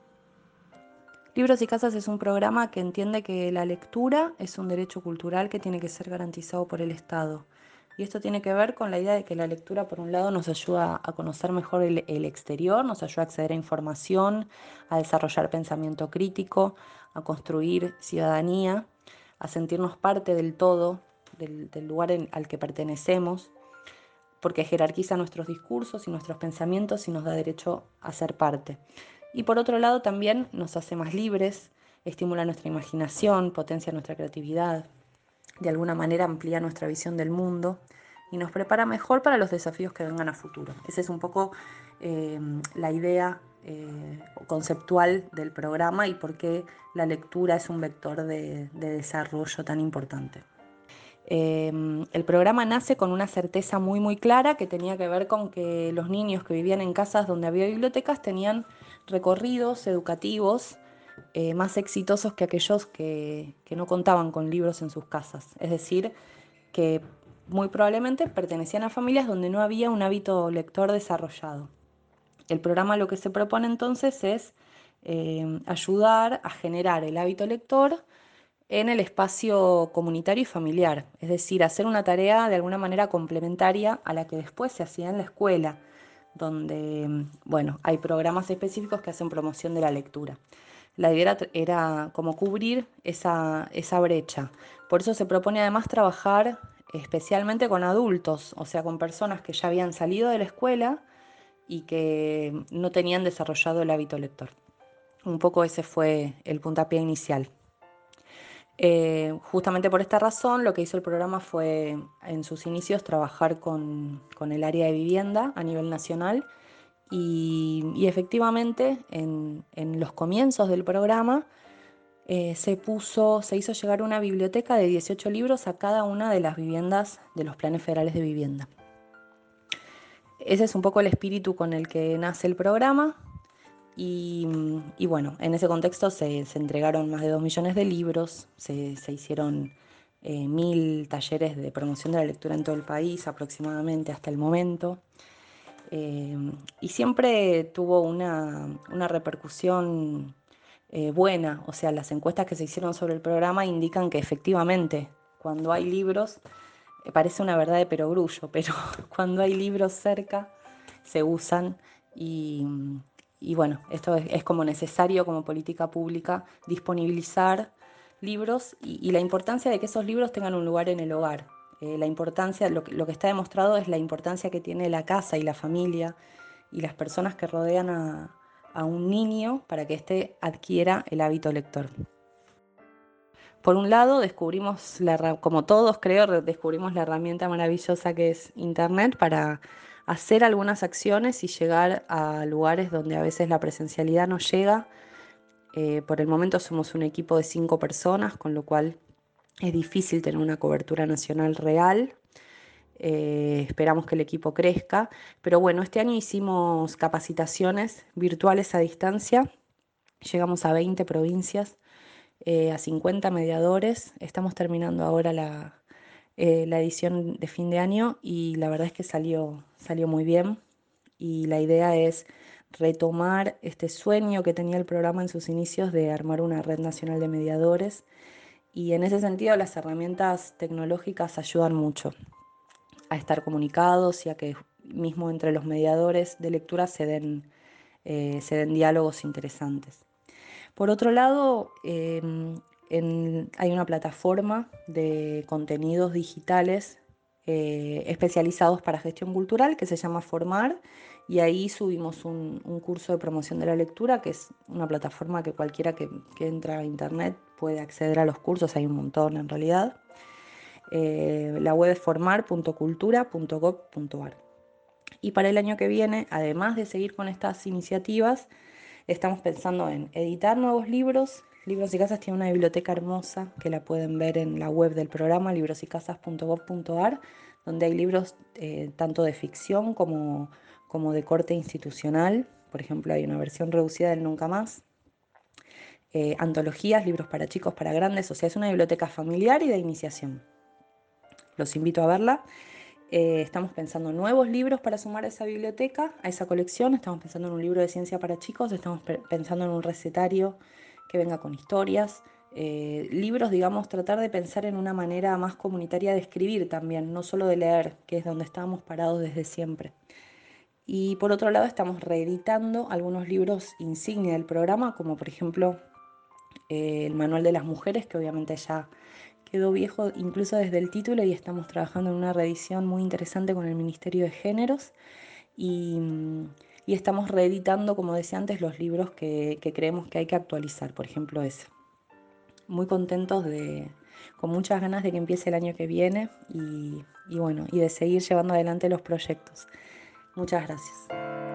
Speaker 21: Libros y Casas es un programa que entiende que la lectura es un derecho cultural que tiene que ser garantizado por el Estado. Y esto tiene que ver con la idea de que la lectura, por un lado, nos ayuda a conocer mejor el, el exterior, nos ayuda a acceder a información, a desarrollar pensamiento crítico, a construir ciudadanía, a sentirnos parte del todo, del, del lugar en, al que pertenecemos, porque jerarquiza nuestros discursos y nuestros pensamientos y nos da derecho a ser parte. Y por otro lado también nos hace más libres, estimula nuestra imaginación, potencia nuestra creatividad, de alguna manera amplía nuestra visión del mundo y nos prepara mejor para los desafíos que vengan a futuro. Esa es un poco eh, la idea eh, conceptual del programa y por qué la lectura es un vector de, de desarrollo tan importante. Eh, el programa nace con una certeza muy muy clara que tenía que ver con que los niños que vivían en casas donde había bibliotecas tenían recorridos educativos eh, más exitosos que aquellos que, que no contaban con libros en sus casas. Es decir, que muy probablemente pertenecían a familias donde no había un hábito lector desarrollado. El programa lo que se propone entonces es eh, ayudar a generar el hábito lector en el espacio comunitario y familiar, es decir, hacer una tarea de alguna manera complementaria a la que después se hacía en la escuela, donde, bueno, hay programas específicos que hacen promoción de la lectura. La idea era, era como cubrir esa, esa brecha. Por eso se propone además trabajar especialmente con adultos, o sea, con personas que ya habían salido de la escuela y que no tenían desarrollado el hábito lector. Un poco ese fue el puntapié inicial. Eh, justamente por esta razón, lo que hizo el programa fue, en sus inicios, trabajar con, con el área de vivienda a nivel nacional y, y efectivamente, en, en los comienzos del programa, eh, se puso, se hizo llegar una biblioteca de dieciocho libros a cada una de las viviendas de los planes federales de vivienda. Ese es un poco el espíritu con el que nace el programa. Y, y bueno, en ese contexto se, se entregaron más de dos millones de libros, se, se hicieron eh, mil talleres de promoción de la lectura en todo el país aproximadamente hasta el momento. Eh, y siempre tuvo una, una repercusión eh, buena, o sea, las encuestas que se hicieron sobre el programa indican que efectivamente cuando hay libros parece una verdad de perogrullo, pero cuando hay libros cerca se usan y, y bueno, esto es, es como necesario como política pública disponibilizar libros y, y la importancia de que esos libros tengan un lugar en el hogar. Eh, la importancia, lo que, lo que está demostrado es la importancia que tiene la casa y la familia y las personas que rodean a, a un niño para que éste adquiera el hábito lector. Por un lado, descubrimos, la, como todos creo, descubrimos la herramienta maravillosa que es Internet para hacer algunas acciones y llegar a lugares donde a veces la presencialidad no llega. Eh, por el momento somos un equipo de cinco personas, con lo cual es difícil tener una cobertura nacional real. Eh, esperamos que el equipo crezca. Pero bueno, este año hicimos capacitaciones virtuales a distancia. Llegamos a veinte provincias, eh, a cincuenta mediadores. Estamos terminando ahora la, eh, la edición de fin de año y la verdad es que salió, salió muy bien. Y la idea es retomar este sueño que tenía el programa en sus inicios de armar una red nacional de mediadores. Y en ese sentido las herramientas tecnológicas ayudan mucho a estar comunicados y a que mismo entre los mediadores de lectura se den, eh, se den diálogos interesantes. Por otro lado, eh, en, hay una plataforma de contenidos digitales eh, especializados para gestión cultural que se llama Formar y ahí subimos un, un curso de promoción de la lectura que es una plataforma que cualquiera que, que entra a internet puede acceder a los cursos, hay un montón en realidad. Eh, la web es formar punto cultura punto gob punto ar. Y para el año que viene, además de seguir con estas iniciativas, estamos pensando en editar nuevos libros. Libros y Casas tiene una biblioteca hermosa que la pueden ver en la web del programa, libros y casas punto gob punto ar, donde hay libros eh, tanto de ficción como, como de corte institucional. Por ejemplo, hay una versión reducida del Nunca Más. Eh, antologías, libros para chicos, para grandes. O sea, es una biblioteca familiar y de iniciación. Los invito a verla. Eh, estamos pensando en nuevos libros para sumar a esa biblioteca, a esa colección. Estamos pensando en un libro de ciencia para chicos, estamos pensando en un recetario que venga con historias. Eh, libros, digamos, tratar de pensar en una manera más comunitaria de escribir también, no solo de leer, que es donde estábamos parados desde siempre. Y por otro lado estamos reeditando algunos libros insignia del programa, como por ejemplo eh, el Manual de las Mujeres, que obviamente ya quedó viejo incluso desde el título y estamos trabajando en una reedición muy interesante con el Ministerio de Géneros y, y estamos reeditando, como decía antes, los libros que, que creemos que hay que actualizar, por ejemplo ese. Muy contentos, de, con muchas ganas de que empiece el año que viene y, y bueno, y de seguir llevando adelante los proyectos. Muchas gracias.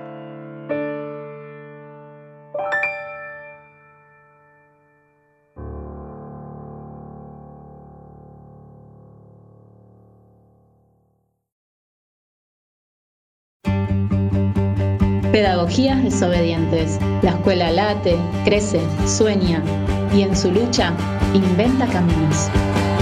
Speaker 1: Pedagogías desobedientes. La escuela late, crece, sueña y en su lucha inventa caminos.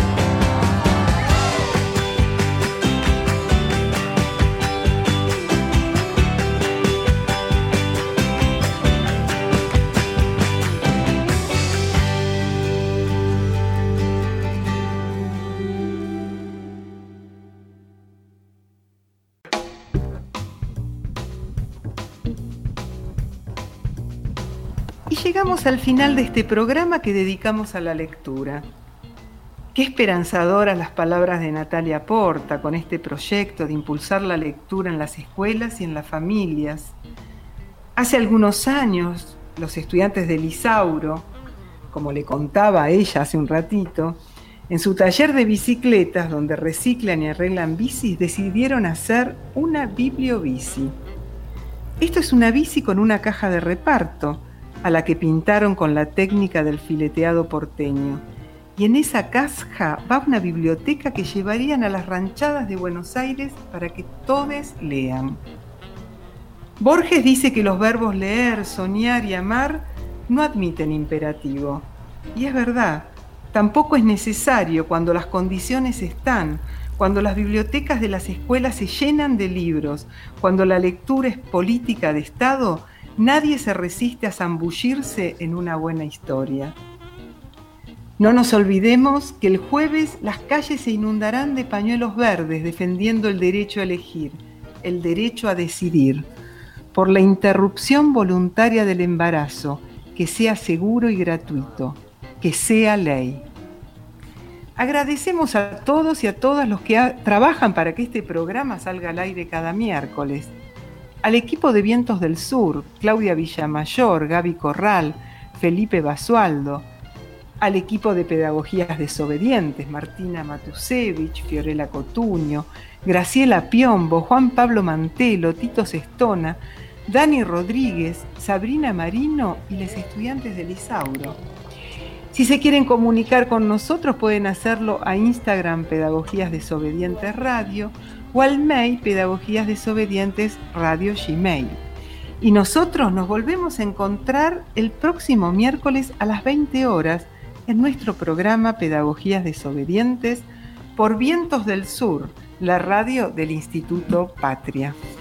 Speaker 2: Llegamos al final de este programa que dedicamos a la lectura. Qué esperanzadoras las palabras de Natalia Porta con este proyecto de impulsar la lectura en las escuelas y en las familias. Hace algunos años, los estudiantes del Isauro, como le contaba a ella hace un ratito, en su taller de bicicletas, donde reciclan y arreglan bicis, decidieron hacer una bibliobici. Esto es una bici con una caja de reparto, a la que pintaron con la técnica del fileteado porteño. Y en esa caja va una biblioteca que llevarían a las ranchadas de Buenos Aires para que todos lean. Borges dice que los verbos leer, soñar y amar no admiten imperativo. Y es verdad, tampoco es necesario cuando las condiciones están, cuando las bibliotecas de las escuelas se llenan de libros, cuando la lectura es política de Estado. Nadie se resiste a zambullirse en una buena historia. No nos olvidemos que el jueves las calles se inundarán de pañuelos verdes defendiendo el derecho a elegir, el derecho a decidir, por la interrupción voluntaria del embarazo, que sea seguro y gratuito, que sea ley. Agradecemos a todos y a todas los que ha, trabajan para que este programa salga al aire cada miércoles. Al equipo de Vientos del Sur, Claudia Villamayor, Gaby Corral, Felipe Basualdo. Al equipo de Pedagogías Desobedientes, Martina Matusevich, Fiorella Cotuño, Graciela Piombo, Juan Pablo Mantelo, Tito Sestona, Dani Rodríguez, Sabrina Marino y los estudiantes del Isauro. Si se quieren comunicar con nosotros pueden hacerlo a Instagram Pedagogías Desobedientes Radio o al mail Pedagogías Desobedientes Radio Gmail. Y nosotros nos volvemos a encontrar el próximo miércoles a las veinte horas en nuestro programa Pedagogías Desobedientes por Vientos del Sur, la radio del Instituto Patria.